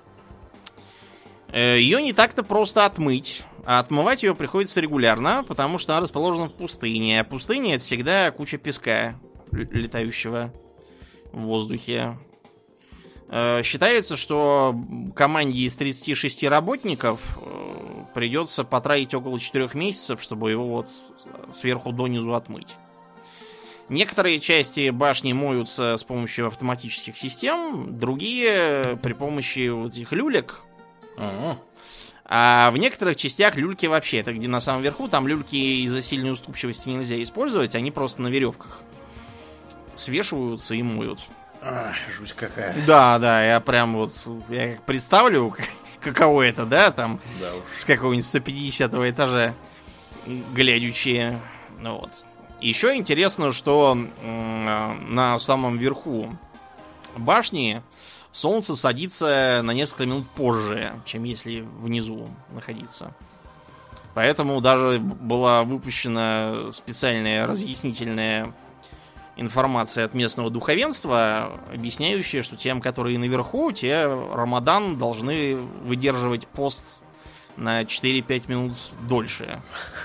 Ее не так-то просто отмыть. А отмывать ее приходится регулярно, потому что она расположена в пустыне. А пустыня — это всегда куча песка, летающего в воздухе. Считается, что команде из тридцати шести работников придется потратить около четырёх месяцев, чтобы его вот сверху донизу отмыть. Некоторые части башни моются с помощью автоматических систем, другие при помощи вот этих люлек. Uh-huh. А в некоторых частях люльки вообще, это где на самом верху, там люльки из-за сильной уступчивости нельзя использовать, они просто на веревках свешиваются и моют. Ах, жуть какая. Да, да, я прям вот я представлю, каково это, да, там да уж. С какого-нибудь сто пятидесятого этажа глядячи. Ну вот. Еще интересно, что м- на самом верху башни солнце садится на несколько минут позже, чем если внизу находиться. Поэтому даже была выпущена специальная разъяснительная информация от местного духовенства, объясняющая, что тем, которые наверху, те Рамадан должны выдерживать пост на четыре-пять минут дольше.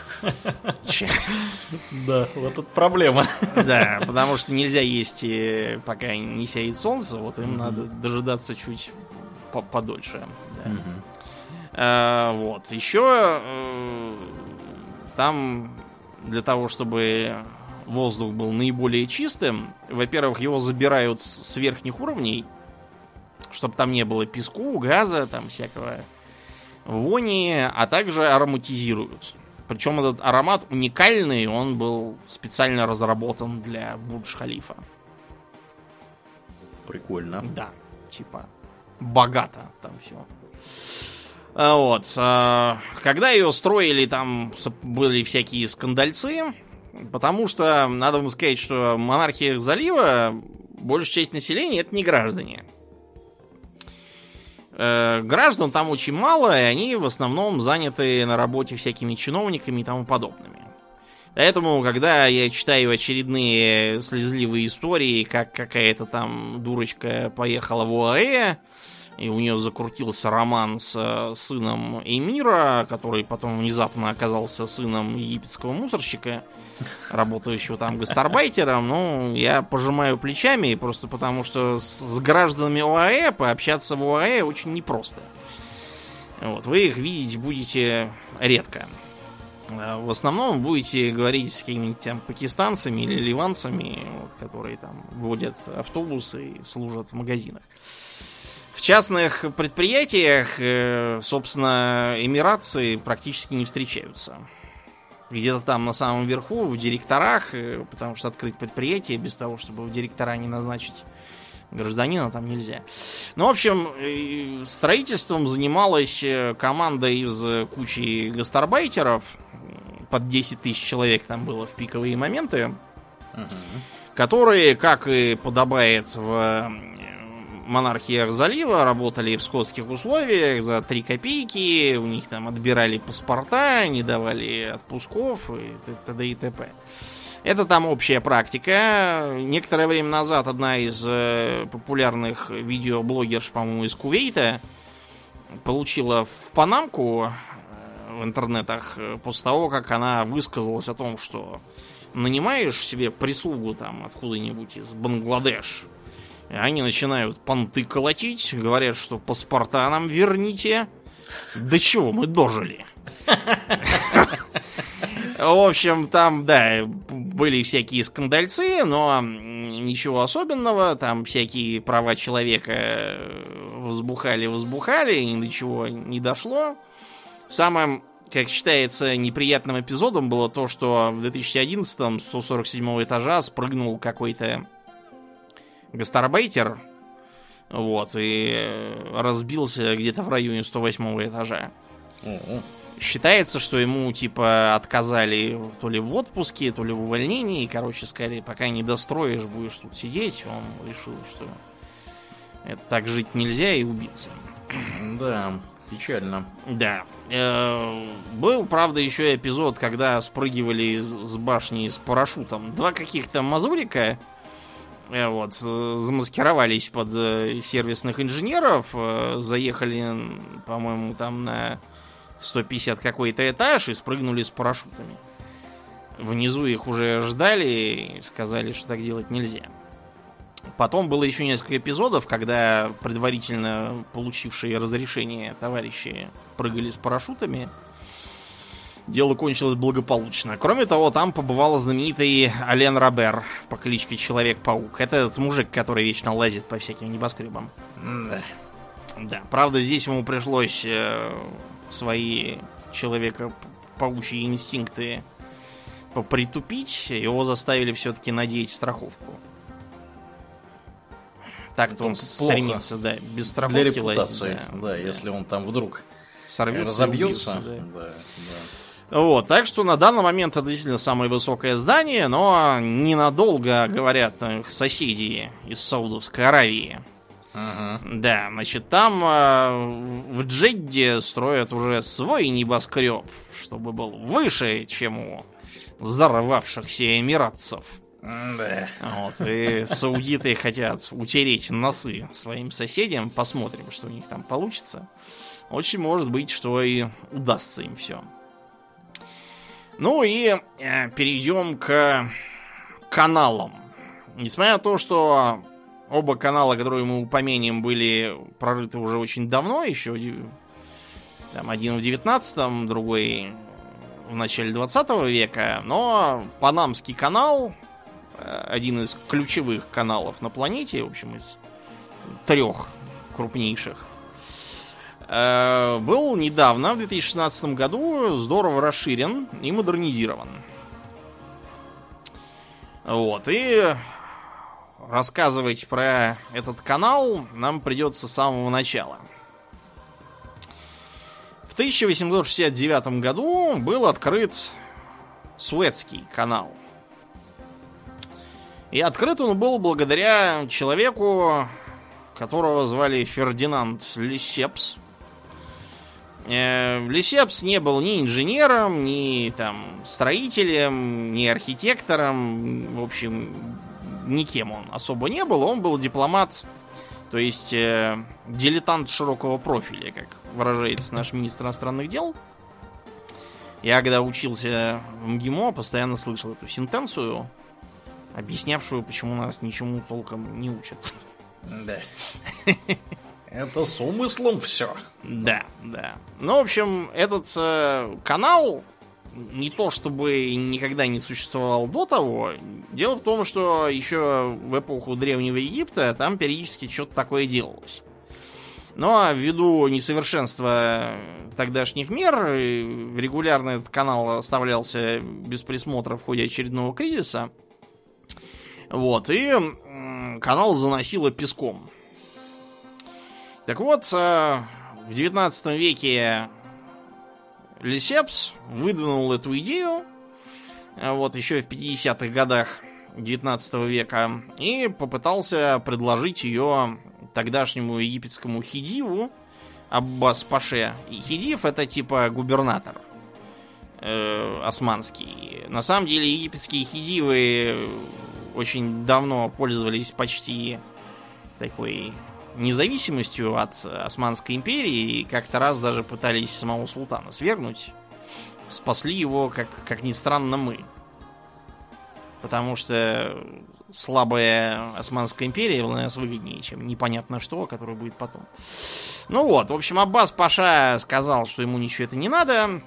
Да, вот тут проблема. Да, потому что нельзя есть, пока не сядет солнце, вот им надо дожидаться чуть подольше. Вот. Еще там для того, чтобы воздух был наиболее чистым, во-первых, его забирают с верхних уровней, чтобы там не было песку, газа, там всякого вони, а также ароматизируют. Причем этот аромат уникальный, он был специально разработан для Бурдж-Халифа. Прикольно. Да, типа богато там все. Вот. Когда ее строили, там были всякие скандальцы, потому что, надо вам сказать, что в монархиях залива большая часть населения — это не граждане. Э, граждан там очень мало, и они в основном заняты на работе всякими чиновниками и тому подобными. Поэтому, когда я читаю очередные слезливые истории, как какая-то там дурочка поехала в ОАЭ, и у нее закрутился роман с сыном эмира, который потом внезапно оказался сыном египетского мусорщика, работающего там гастарбайтером, ну, я пожимаю плечами, просто потому что с, с гражданами ОАЭ пообщаться в ОАЭ очень непросто. Вот, вы их видеть будете редко. В основном будете говорить с какими-нибудь там пакистанцами или ливанцами, вот, которые там водят автобусы и служат в магазинах. В частных предприятиях, собственно, эмиратцы практически не встречаются. Где-то там на самом верху, в директорах, потому что открыть предприятие без того, чтобы в директора не назначить гражданина, там нельзя. Ну, в общем, строительством занималась команда из кучи гастарбайтеров. Под десять тысяч человек там было в пиковые моменты. Uh-huh. Которые, как и подобает в монархиях залива, работали в скотских условиях за три копейки, у них там отбирали паспорта, не давали отпусков и т.д. и т.п. Это там общая практика. Некоторое время назад одна из э, популярных видеоблогерш, по-моему, из Кувейта получила в панамку в интернетах после того, как она высказалась о том, что нанимаешь себе прислугу там откуда-нибудь из Бангладеш, они начинают понты колотить, говорят, что паспорта нам верните. До чего мы дожили? В общем, там, да, были всякие скандальцы, но ничего особенного. Там всякие права человека взбухали-возбухали, ни до чего не дошло. Самым, как считается, неприятным эпизодом было то, что в две тысячи одиннадцатом с сто сорок седьмого этажа спрыгнул какой-то гастарбайтер, вот, и разбился где-то в районе сто восьмого этажа. Uh-huh. Считается, что ему, типа, отказали то ли в отпуске, то ли в увольнении. И, короче, сказали, пока не достроишь, будешь тут сидеть. Он решил, что это так жить нельзя, и убился. Да, печально. Да. Э-э- был, правда, еще эпизод, когда спрыгивали с башни с парашютом. Два каких-то мазурика э- вот, замаскировались под э- сервисных инженеров, э- заехали, по-моему, там на сто пятьдесят какой-то этаж и спрыгнули с парашютами. Внизу их уже ждали и сказали, что так делать нельзя. Потом было еще несколько эпизодов, когда предварительно получившие разрешение товарищи прыгали с парашютами. Дело кончилось благополучно. Кроме того, там побывал знаменитый Ален Робер по кличке Человек-паук. Это этот мужик, который вечно лазит по всяким небоскребам. Да. Да, правда, здесь ему пришлось э, свои человека-паучьи инстинкты попритупить. Его заставили все-таки надеть страховку. Так-то он стремится, да, без страховки для репутации, лазить, да, да, да, если он там вдруг сорвется, разобьется. убьется, да. Да, да. Вот, так что на данный момент это действительно самое высокое здание, но ненадолго, говорят соседи из Саудовской Аравии. Ага. Да, значит, там э, в Джедде строят уже свой небоскреб, чтобы был выше, чем у взорвавшихся эмиратцев. Да. Вот, и саудиты хотят утереть носы своим соседям. Посмотрим, что у них там получится. Очень может быть, что и удастся им все. Ну и э, перейдем к каналам. Несмотря на то, что оба канала, которые мы упомянем, были прорыты уже очень давно, еще там, один в девятнадцатом, другой в начале двадцатого века, но Панамский канал, один из ключевых каналов на планете, в общем, из трех крупнейших, был недавно, в две тысячи шестнадцатом году, здорово расширен и модернизирован. Вот, и рассказывать про этот канал нам придется с самого начала. В тысяча восемьсот шестьдесят девятом году был открыт Суэцкий канал. И открыт он был благодаря человеку, которого звали Фердинанд Лесепс. Лесепс не был ни инженером, ни там строителем, ни архитектором. В общем, никем он особо не был. Он был дипломат, то есть э, дилетант широкого профиля, как выражается наш министр иностранных дел. Я когда учился в МГИМО, постоянно слышал эту сентенцию, объяснявшую, почему нас ничему толком не учат. Да. Это с умыслом все. Да, да. Ну, в общем, этот э, канал не то чтобы никогда не существовал до того. Дело в том, что еще в эпоху Древнего Египта там периодически что-то такое делалось. Но ввиду несовершенства тогдашних мер регулярно этот канал оставлялся без присмотра в ходе очередного кризиса. Вот, и канал заносило песком. Так вот, в девятнадцатом веке Лесепс выдвинул эту идею, вот, еще в пятидесятых годах девятнадцатого века, и попытался предложить ее тогдашнему египетскому хидиву Аббас Паше. И хидив это типа губернатор э, османский. На самом деле египетские хидивы очень давно пользовались почти такой независимостью от Османской империи, и как-то раз даже пытались самого султана свергнуть. Спасли его, как, как ни странно, мы. Потому что слабая Османская империя для нас выгоднее, чем непонятно что, которое будет потом. Ну вот, в общем, Аббас Паша сказал, что ему ничего это не надо,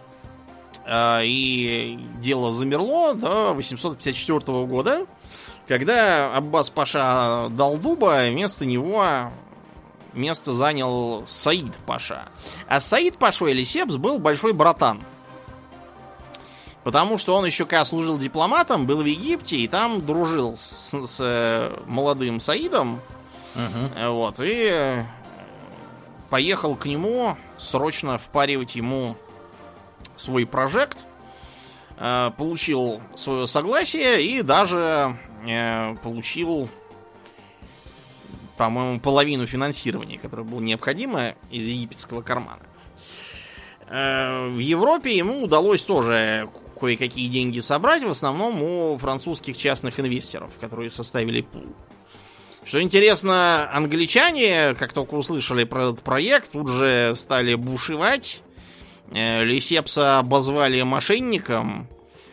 и дело замерло до восемьсот пятьдесят четвёртого года, когда Аббас Паша дал дуба, вместо него место занял Саид Паша. А Саид Пашой Лесепс был большой братан. Потому что он еще когда служил дипломатом, был в Египте и там дружил с, с молодым Саидом. Uh-huh. Вот, и поехал к нему срочно впаривать ему свой прожект. Получил свое согласие и даже получил, по-моему, половину финансирования, которое было необходимо из египетского кармана. В Европе ему удалось тоже кое-какие деньги собрать, в основном у французских частных инвесторов, которые составили пул. Что интересно, англичане, как только услышали про этот проект, тут же стали бушевать. Лесепса обозвали мошенником.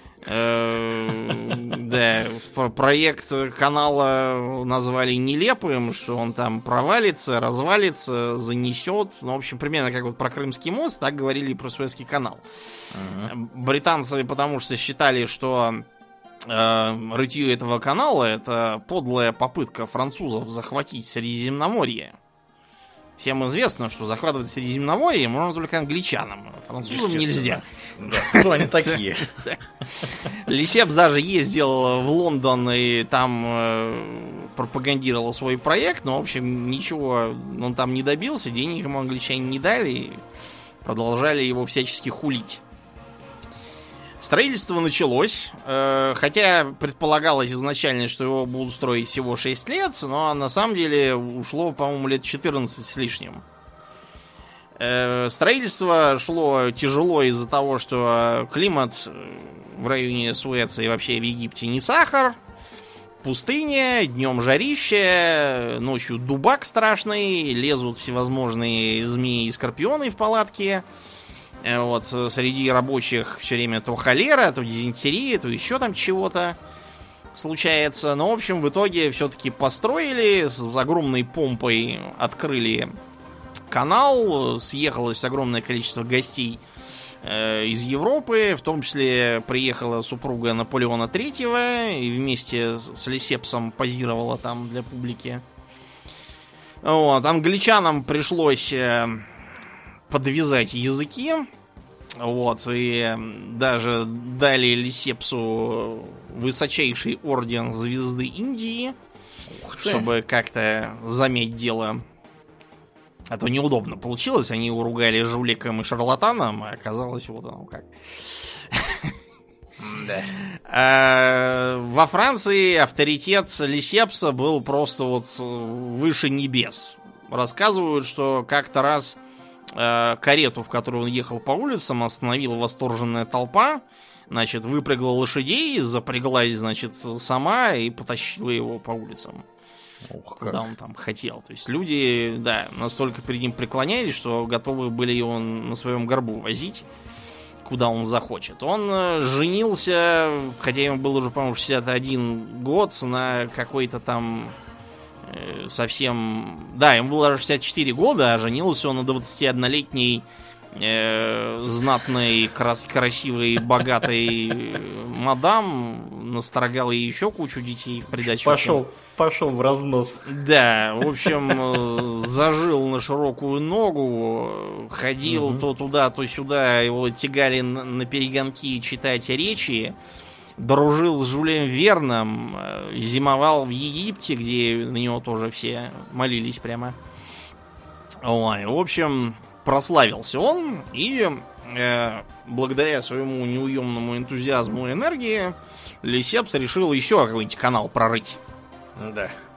Да, проект канала назвали нелепым, что он там провалится, развалится, занесет. Ну, в общем, примерно как вот про Крымский мост, так говорили и про Суэцкий канал. Uh-huh. Британцы, потому что считали, что э, рытье этого канала это подлая попытка французов захватить Средиземноморье. Всем известно, что захватывать Средиземноморье можно только англичанам. Французам нельзя. Да, кто они такие? Лесепс даже ездил в Лондон и там э, пропагандировал свой проект, но, в общем, ничего он там не добился, денег ему англичане не дали и продолжали его всячески хулить. Строительство началось, э, хотя предполагалось изначально, что его будут строить всего шесть лет, но на самом деле ушло, по-моему, лет четырнадцать с лишним. Э, строительство шло тяжело из-за того, что климат в районе Суэца и вообще в Египте не сахар, пустыня, днем жарище, ночью дубак страшный, лезут всевозможные змеи и скорпионы в палатке. Вот, среди рабочих все время то холера, то дизентерия, то еще там чего-то случается. Но, в общем, в итоге все-таки построили, с огромной помпой открыли канал, съехалось огромное количество гостей э, из Европы, в том числе приехала супруга Наполеона Третьего и вместе с Лесепсом позировала там для публики. Вот, англичанам пришлось... Э, подвязать языки, вот, и даже дали Лесепсу высочайший орден Звезды Индии, чтобы как-то замять дело. А то неудобно получилось, они его ругали жуликом и шарлатаном, а оказалось вот оно как. Во Франции авторитет Лесепса был просто вот выше небес. Рассказывают, что как-то раз карету, в которую он ехал по улицам, остановила восторженная толпа. Значит, выпрягла лошадей, запряглась, значит, сама и потащила его по улицам. Ох, куда он там хотел. То есть люди, да, настолько перед ним преклонялись, что готовы были его на своем горбу возить, куда он захочет. Он женился, хотя ему был уже, по-моему, шестьдесят один год, на какой-то там... совсем... Да, ему было шестьдесят четыре года, а женился он на двадцатиоднолетней э, знатной, крас- красивой, богатой мадам. Насторогал ей еще кучу детей в придачу. Пошел, пошел в разнос. Да, в общем, зажил на широкую ногу, ходил угу. то туда, то сюда, его тягали на, на перегонки читать речи. Дружил с Жюлем Верном, зимовал в Египте, где на него тоже все молились прямо. Ой, в общем, прославился он, и э, благодаря своему неуемному энтузиазму и энергии Лесепс решил еще какой-нибудь канал прорыть. Да.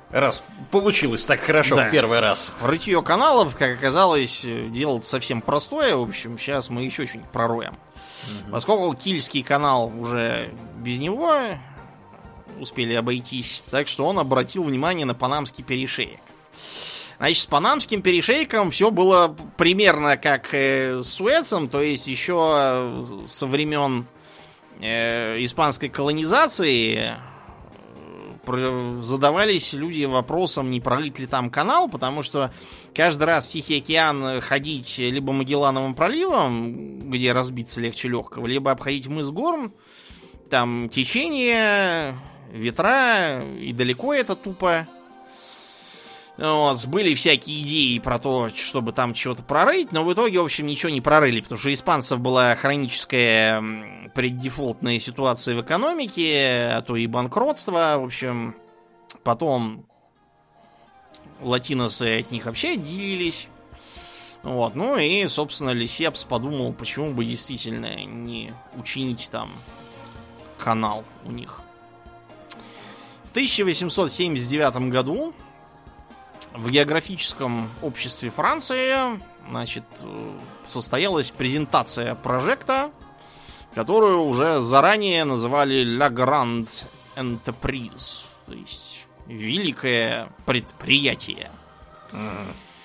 Раз получилось так хорошо Да. в первый раз. Рытье каналов, как оказалось, дело совсем простое. В общем, сейчас мы еще что-нибудь пророем. Угу. Поскольку Кильский канал уже без него успели обойтись, так что он обратил внимание на Панамский перешеек. Значит, с Панамским перешейком все было примерно как э, с Суэцем, то есть еще со времен э, испанской колонизации задавались люди вопросом, не прорыть ли там канал, потому что каждый раз в Тихий океан ходить либо Магеллановым проливом, где разбиться легче легкого, либо обходить мыс Горн, там течение, ветра, и далеко это тупо. Вот, были всякие идеи про то, чтобы там чего-то прорыть, но в итоге, в общем, ничего не прорыли, потому что у испанцев была хроническая преддефолтная ситуация в экономике, а то и банкротство, в общем. Потом латиносы от них вообще отделились. Вот, ну и, собственно, Лесепс подумал, почему бы действительно не учинить там канал у них. В тысяча восемьсот семьдесят девятом году в географическом обществе Франции, значит, состоялась презентация прожекта, которую уже заранее называли La Grande Entreprise, то есть великое предприятие. Mm.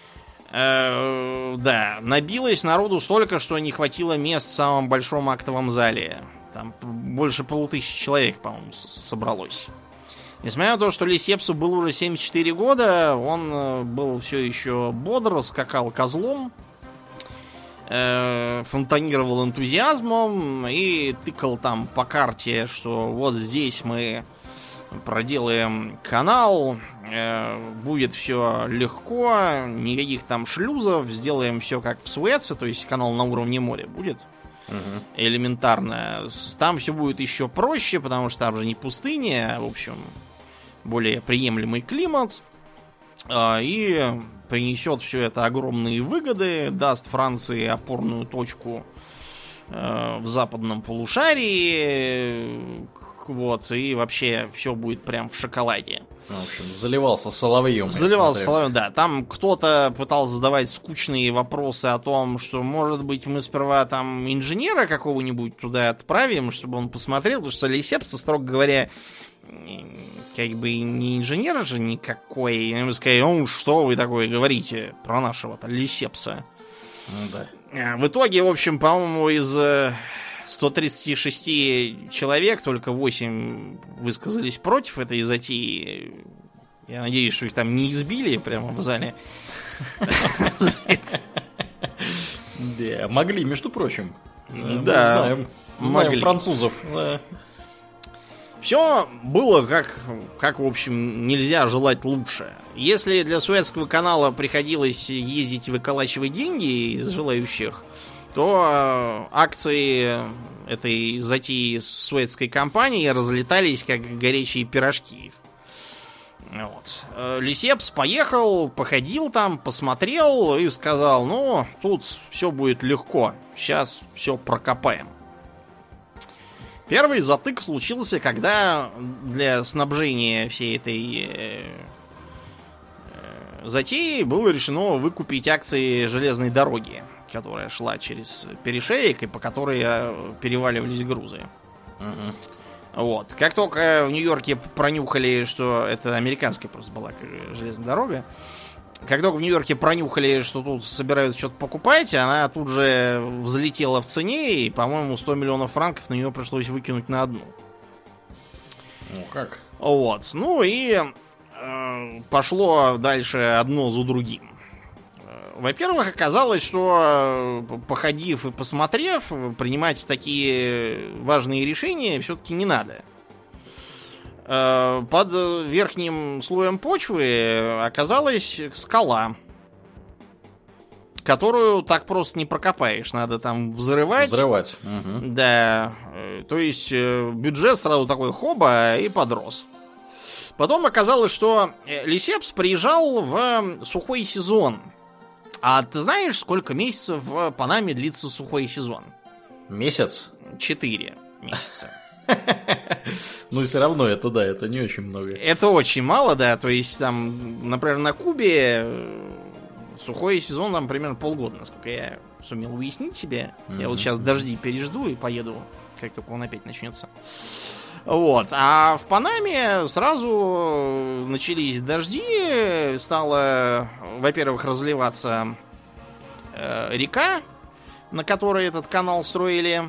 Э, да, набилось народу столько, что не хватило мест в самом большом актовом зале. Там больше полутысячи человек, по-моему, собралось. Несмотря на то, что Лесепсу было уже семьдесят четыре года, он был все еще бодр, скакал козлом, э, фонтанировал энтузиазмом и тыкал там по карте, что вот здесь мы проделаем канал, э, будет все легко, никаких там шлюзов, сделаем все как в Суэце, то есть канал на уровне моря будет. Угу. Элементарно. Там все будет еще проще, потому что там же не пустыня, в общем, более приемлемый климат, и принесет все это огромные выгоды, даст Франции опорную точку в западном полушарии, вот, и вообще все будет прям в шоколаде. В общем, заливался соловьем. Заливался соловьем, да. Там кто-то пытался задавать скучные вопросы о том, что, может быть, мы сперва там инженера какого-нибудь туда отправим, чтобы он посмотрел, потому что Лесепс, строго говоря, как бы не инженер же никакой. Я ему сказал, ну что вы такое говорите про нашего-то Лесепса? Ну да. В итоге, в общем, по-моему, из ста тридцати шести человек только восемь высказались против этой затеи. Я надеюсь, что их там не избили прямо в зале. Да, могли, между прочим. Да, знаем. Знаем французов. Все было как, как, в общем, нельзя желать лучше. Если для Суэцкого канала приходилось ездить и выколачивать деньги из желающих, то акции этой затеи суэцкой компании разлетались как горячие пирожки. Вот. Лесепс поехал, походил там, посмотрел и сказал, ну, тут все будет легко, сейчас все прокопаем. Первый затык случился, когда для снабжения всей этой э, э, затеи было решено выкупить акции железной дороги, которая шла через перешеек и по которой переваливались грузы. Uh-huh. Вот. Как только в Нью-Йорке пронюхали, что это американская просто была железная дорога, как только в Нью-Йорке пронюхали, что тут собираются что-то покупать, она тут же взлетела в цене, и, по-моему, сто миллионов франков на нее пришлось выкинуть на одну. Ну как? Вот. Ну и э, пошло дальше одно за другим. Во-первых, оказалось, что, походив и посмотрев, принимать такие важные решения все-таки не надо. Под верхним слоем почвы оказалась скала, которую так просто не прокопаешь. Надо там взрывать. Взрывать. Угу. Да. То есть бюджет сразу такой хоба и подрос. Потом оказалось, что Лесепс приезжал в сухой сезон. А ты знаешь, сколько месяцев в Панаме длится сухой сезон? Месяц? Четыре месяца. Но все равно это, да, это не очень много. Это очень мало, да. То есть, там, например, на Кубе сухой сезон там примерно полгода, насколько я сумел уяснить себе. Mm-hmm. Я вот сейчас дожди пережду и поеду, как только он опять начнется. Вот. А в Панаме сразу начались дожди, стала, во-первых, разливаться э, река, на которой этот канал строили.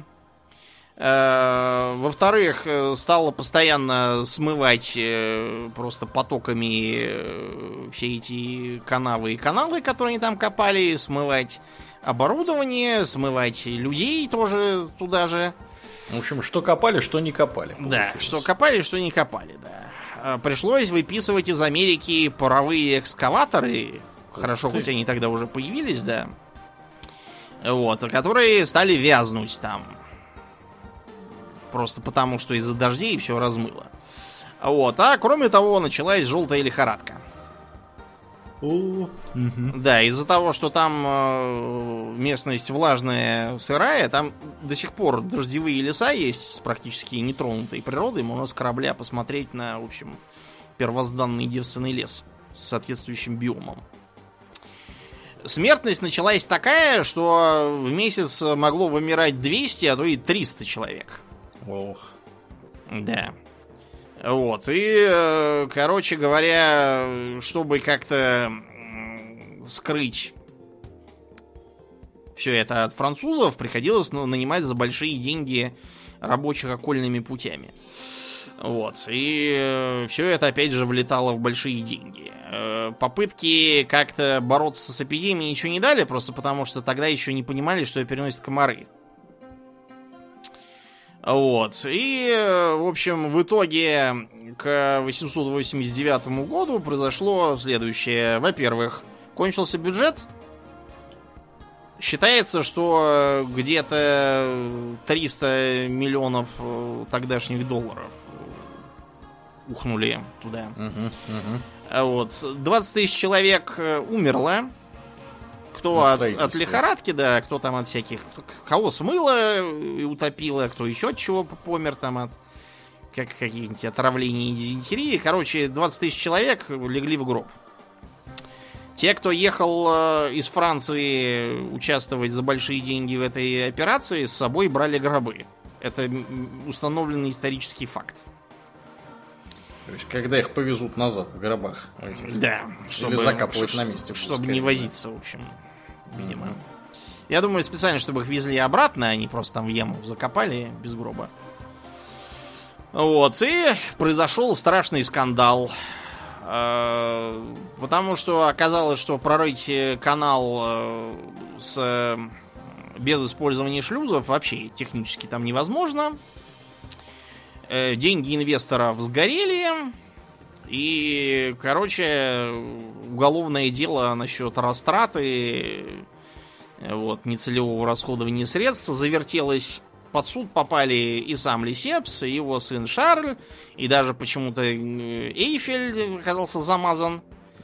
Э, во-вторых, стало постоянно смывать э, просто потоками э, все эти канавы и каналы, которые они там копали, смывать оборудование, смывать людей тоже туда же. В общем, что копали, что не копали. Получилось. Да, что копали, что не копали, да. Пришлось выписывать из Америки паровые экскаваторы. Хорошо, хоть они тогда уже появились, да. Вот, которые стали вязнуть там. Просто потому, что из-за дождей все размыло. Вот, а кроме того, началась желтая лихорадка. Угу. Да, из-за того, что там э, местность влажная, сырая, там до сих пор дождевые леса есть с практически нетронутой природой. Можно с корабля посмотреть на, в общем, первозданный девственный лес с соответствующим биомом. Смертность началась такая, что в месяц могло вымирать двести, а то и триста человек. Ох. Да. Вот, и, короче говоря, чтобы как-то скрыть все это от французов, приходилось нанимать за большие деньги рабочих окольными путями. Вот, и все это, опять же, влетало в большие деньги. Попытки как-то бороться с эпидемией ничего не дали, просто потому что тогда еще не понимали, что ее переносят комары. Вот. И, в общем, в итоге к восемьсот восемьдесят девятому году произошло следующее. Во-первых, кончился бюджет. Считается, что где-то триста миллионов тогдашних долларов ухнули туда. Uh-huh, uh-huh. Вот. двадцать тысяч человек умерло. Кто от, от лихорадки, да, кто там от всяких... Кого смыло и утопило, кто еще от чего помер там от как, каких-нибудь отравлений и дизентерии. Короче, двадцать тысяч человек легли в гроб. Те, кто ехал из Франции участвовать за большие деньги в этой операции, с собой брали гробы. Это установленный исторический факт. То есть, когда их повезут назад в гробах. Этих, да. Чтобы, или закапывать ш- на месте. Чтобы пускай, не да. возиться, в общем, видимо. Mm-hmm. Я думаю, специально, чтобы их везли обратно, они просто там в яму закопали без гроба. Вот. И произошел страшный скандал. Потому что оказалось, что прорыть канал с... без использования шлюзов вообще технически там невозможно. Деньги инвесторов сгорели. И, короче, уголовное дело насчет растраты, вот, нецелевого расходования средств завертелось. Под суд попали и сам Лесепс, и его сын Шарль, и даже почему-то Эйфель оказался замазан.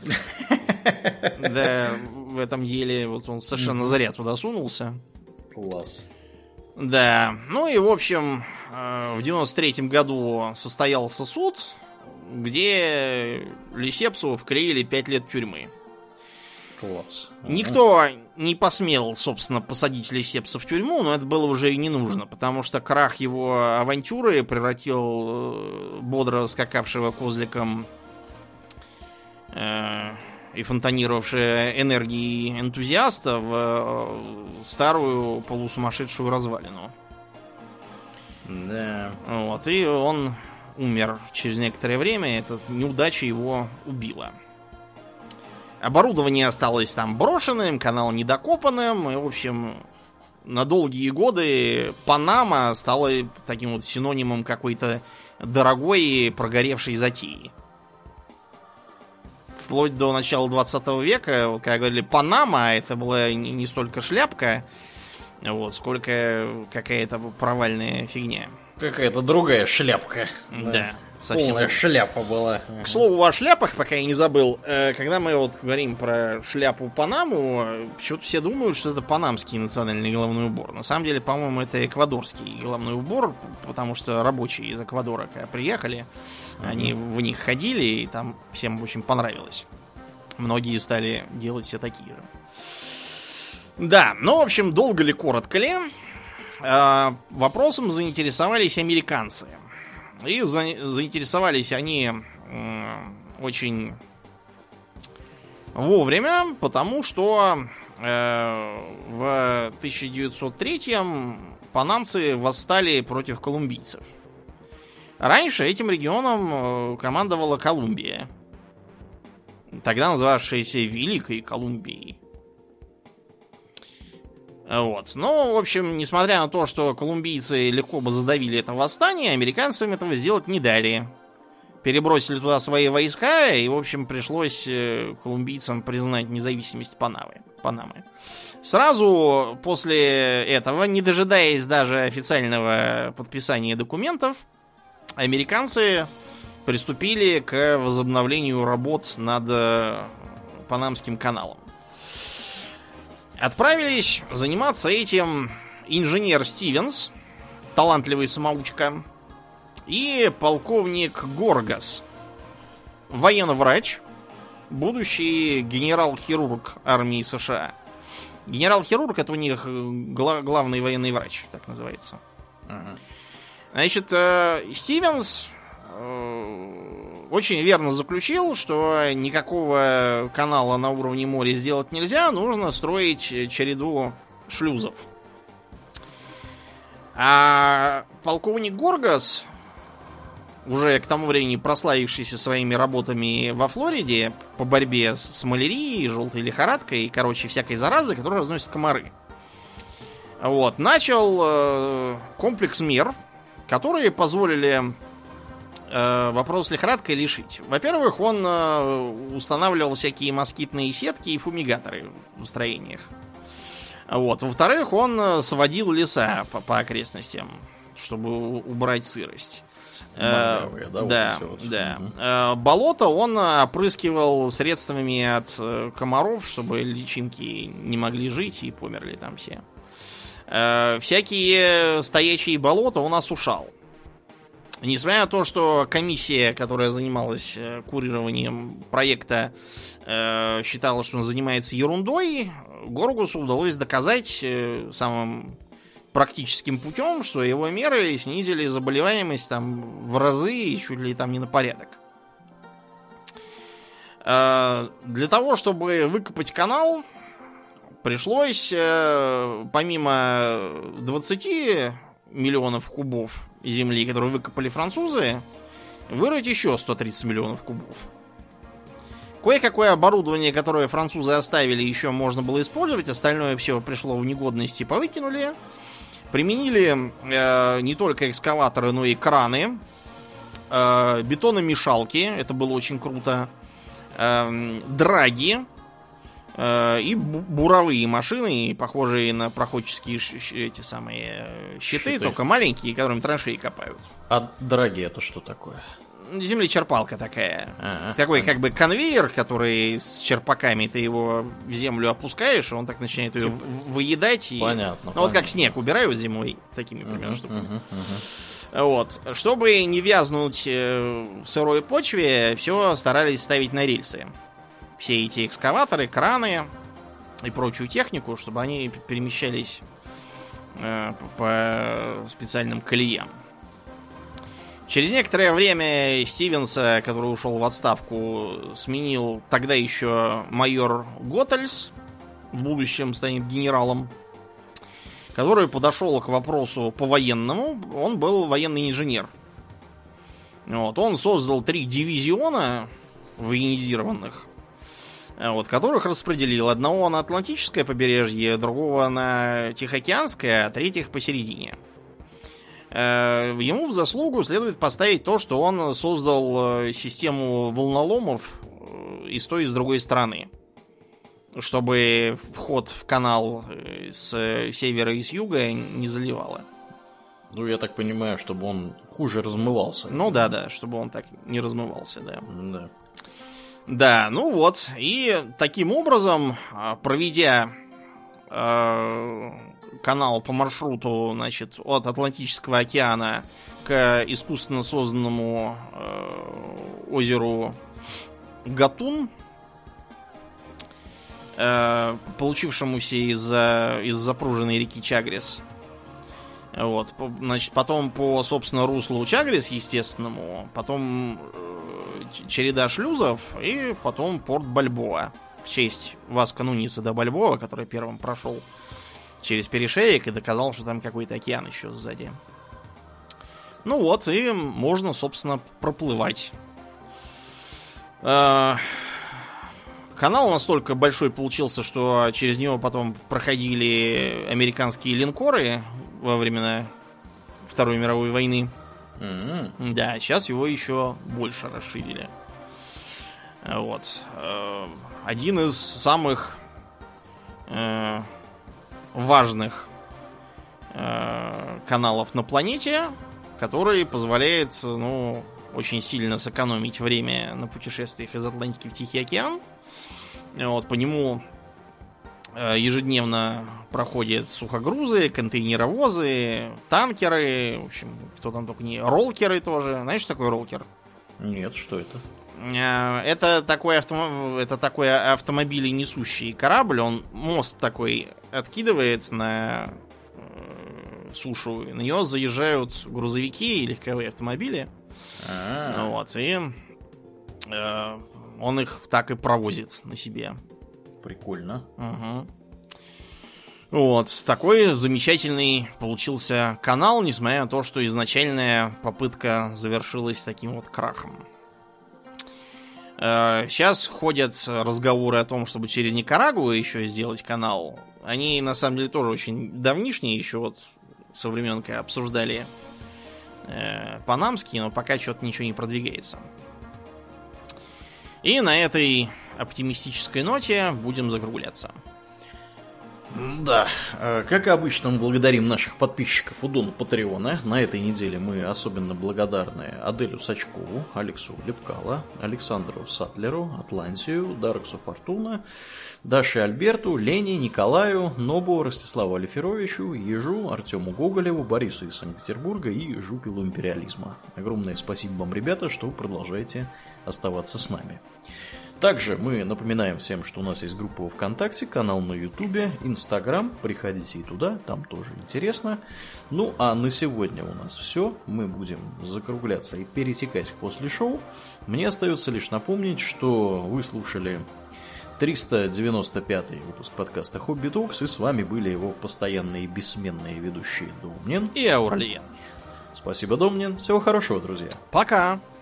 Да, в этом деле. Вот он совершенно зря туда сунулся. Класс. Да, ну и, в общем, в девяносто третьем году состоялся суд, где Лесепсу вклеили пять лет тюрьмы. Класс. Никто не посмел, собственно, посадить Лесепса в тюрьму, но это было уже и не нужно, потому что крах его авантюры превратил бодро скакавшего козликом э, и фонтанировавшего энергией энтузиаста в старую полусумасшедшую развалину. Да. Вот, и он умер через некоторое время, эта неудача его убила. Оборудование осталось там брошенным, канал недокопанным, и, в общем, на долгие годы Панама стала таким вот синонимом какой-то дорогой и прогоревшей затеи. Вплоть до начала двадцатого века, вот, когда говорили Панама, это была не столько шляпка, вот, сколько какая-то провальная фигня. Какая-то другая шляпка. Да. совсем... Полная шляпа была. К слову о шляпах, пока я не забыл, когда мы вот говорим про шляпу Панаму, почему-то все думают, что это панамский национальный головной убор. На самом деле, по-моему, это эквадорский головной убор, потому что рабочие из Эквадора, когда приехали, uh-huh. они в них ходили, и там всем очень понравилось. Многие стали делать все такие же. Да, ну, в общем, долго ли, коротко ли, вопросом заинтересовались американцы. И за, заинтересовались они э, очень вовремя, потому что э, в тысяча девятьсот третьем панамцы восстали против колумбийцев. Раньше этим регионом командовала Колумбия, тогда называвшаяся Великой Колумбией. Вот. Но, в общем, несмотря на то, что колумбийцы легко бы задавили это восстание, американцам этого сделать не дали. Перебросили туда свои войска, и, в общем, пришлось колумбийцам признать независимость Панамы. Панамы. Сразу после этого, не дожидаясь даже официального подписания документов, американцы приступили к возобновлению работ над Панамским каналом. Отправились заниматься этим инженер Стивенс, талантливый самоучка, и полковник Горгас, военно-врач, будущий генерал-хирург армии США. Генерал-хирург — это у них гла- главный военный врач, так называется. Uh-huh. Значит, Стивенс очень верно заключил, что никакого канала на уровне моря сделать нельзя, нужно строить череду шлюзов. А полковник Горгас, уже к тому времени прославившийся своими работами во Флориде по борьбе с малярией, желтой лихорадкой и, короче, всякой заразой, которую разносят комары, вот, начал э, комплекс мер, которые позволили вопрос лихорадкой решить. Во-первых, он устанавливал всякие москитные сетки и фумигаторы в строениях. Вот. Во-вторых, он сводил леса по, по окрестностям, чтобы убрать сырость. Манговые, да, да, вот да. Угу. Болото он опрыскивал средствами от комаров, чтобы личинки не могли жить и померли там все. Всякие стоячие болота он осушал. Несмотря на то, что комиссия, которая занималась курированием проекта, считала, что он занимается ерундой, Горгасу удалось доказать самым практическим путем, что его меры снизили заболеваемость там в разы и чуть ли там не на порядок. Для того, чтобы выкопать канал, пришлось помимо двадцати миллионов кубов земли, которые выкопали французы, вырыть еще сто тридцать миллионов кубов. Кое-какое оборудование, которое французы оставили, еще можно было использовать, остальное все пришло в негодность и повыкинули. Применили э, не только экскаваторы, но и краны, э, бетономешалки, это было очень круто, э, драги э, и буровые машины, похожие на проходческие ш- эти самые щиты, щиты, только маленькие, которыми траншеи копают. А драги это что такое? Землечерпалка такая. А-а, Такой понятно. как бы конвейер, который с черпаками, ты его в землю опускаешь, и он так начинает ее типа... выедать. И... Понятно. Ну понятно. Вот как снег убирают зимой, такими примерно uh-huh, штуками. uh-huh, uh-huh. Вот. Чтобы не вязнуть в сырой почве, все старались ставить на рельсы. Все эти экскаваторы, краны и прочую технику, чтобы они перемещались э, по специальным колеям. Через некоторое время Стивенса, который ушел в отставку, сменил тогда еще майор Готельс, в будущем станет генералом, который подошел к вопросу по-военному. Он был военный инженер. Вот. Он создал три дивизиона военизированных, вот, которых распределил. Одного на Атлантическое побережье, другого на Тихоокеанское, а третьих посередине. Ему в заслугу следует поставить то, что он создал систему волноломов и с той, и с другой стороны, чтобы вход в канал с севера и с юга не заливало. Ну, я так понимаю, чтобы он хуже размывался. Ну да, да, чтобы он так не размывался, да. Да. Да, ну вот. И таким образом, проведя э, канал по маршруту, значит, от Атлантического океана к искусственно созданному э, озеру Гатун, э, получившемуся из-за из запруженной реки Чагрис. Вот, значит, потом по, собственно, руслу Чагрис, естественному, потом э, череда шлюзов, и потом порт Бальбоа. В честь Васко Нуньеса де Бальбоа, который первым прошел через перешеек и доказал, что там какой-то океан еще сзади. Ну вот, и можно, собственно, проплывать. Э, канал настолько большой получился, что через него потом проходили американские линкоры во времена Второй мировой войны. Mm-hmm. Да, сейчас его еще больше расширили. Вот. Один из самых э, важных э, каналов на планете, который позволяет, ну, очень сильно сэкономить время на путешествиях из Атлантики в Тихий океан. Вот, по нему ежедневно проходят сухогрузы, контейнеровозы, танкеры, в общем, кто там только не... Роллкеры тоже. Знаешь, что такое роллкер? Нет, что это? Это такой, автом... это такой автомобиль-несущий корабль. Он мост такой откидывает на э, сушу. На него заезжают грузовики и легковые автомобили. А-а-а. Вот, и э, он их так и провозит на себе. Прикольно. Угу. Вот, такой замечательный получился канал, несмотря на то, что изначальная попытка завершилась таким вот крахом. Сейчас ходят разговоры о том, чтобы через Никарагуа еще сделать канал. Они, на самом деле, тоже очень давнишние, еще вот со времен, когда обсуждали э, панамские, но пока что-то ничего не продвигается. И на этой оптимистической ноте будем закругляться. Да, как и обычно, мы благодарим наших подписчиков у Дона Патреона. На этой неделе мы особенно благодарны Аделю Сачкову, Алексу Лепкало, Александру Сатлеру, Атлантию, Дарксу Фортуна, Даше Альберту, Лене, Николаю, Нобу, Ростиславу Алиферовичу, Ежу, Артему Гоголеву, Борису из Санкт-Петербурга и Жупилу Империализма. Огромное спасибо вам, ребята, что вы продолжаете оставаться с нами. Также мы напоминаем всем, что у нас есть группа во ВКонтакте, канал на Ютубе, Инстаграм. Приходите и туда, там тоже интересно. Ну, а на сегодня у нас все. Мы будем закругляться и перетекать в после шоу. Мне остается лишь напомнить, что вы слушали триста девяносто пятый выпуск подкаста Хобби Токс, и с вами были его постоянные бессменные ведущие Домнин и Аурлиен. Спасибо, Домнин. Всего хорошего, друзья. Пока.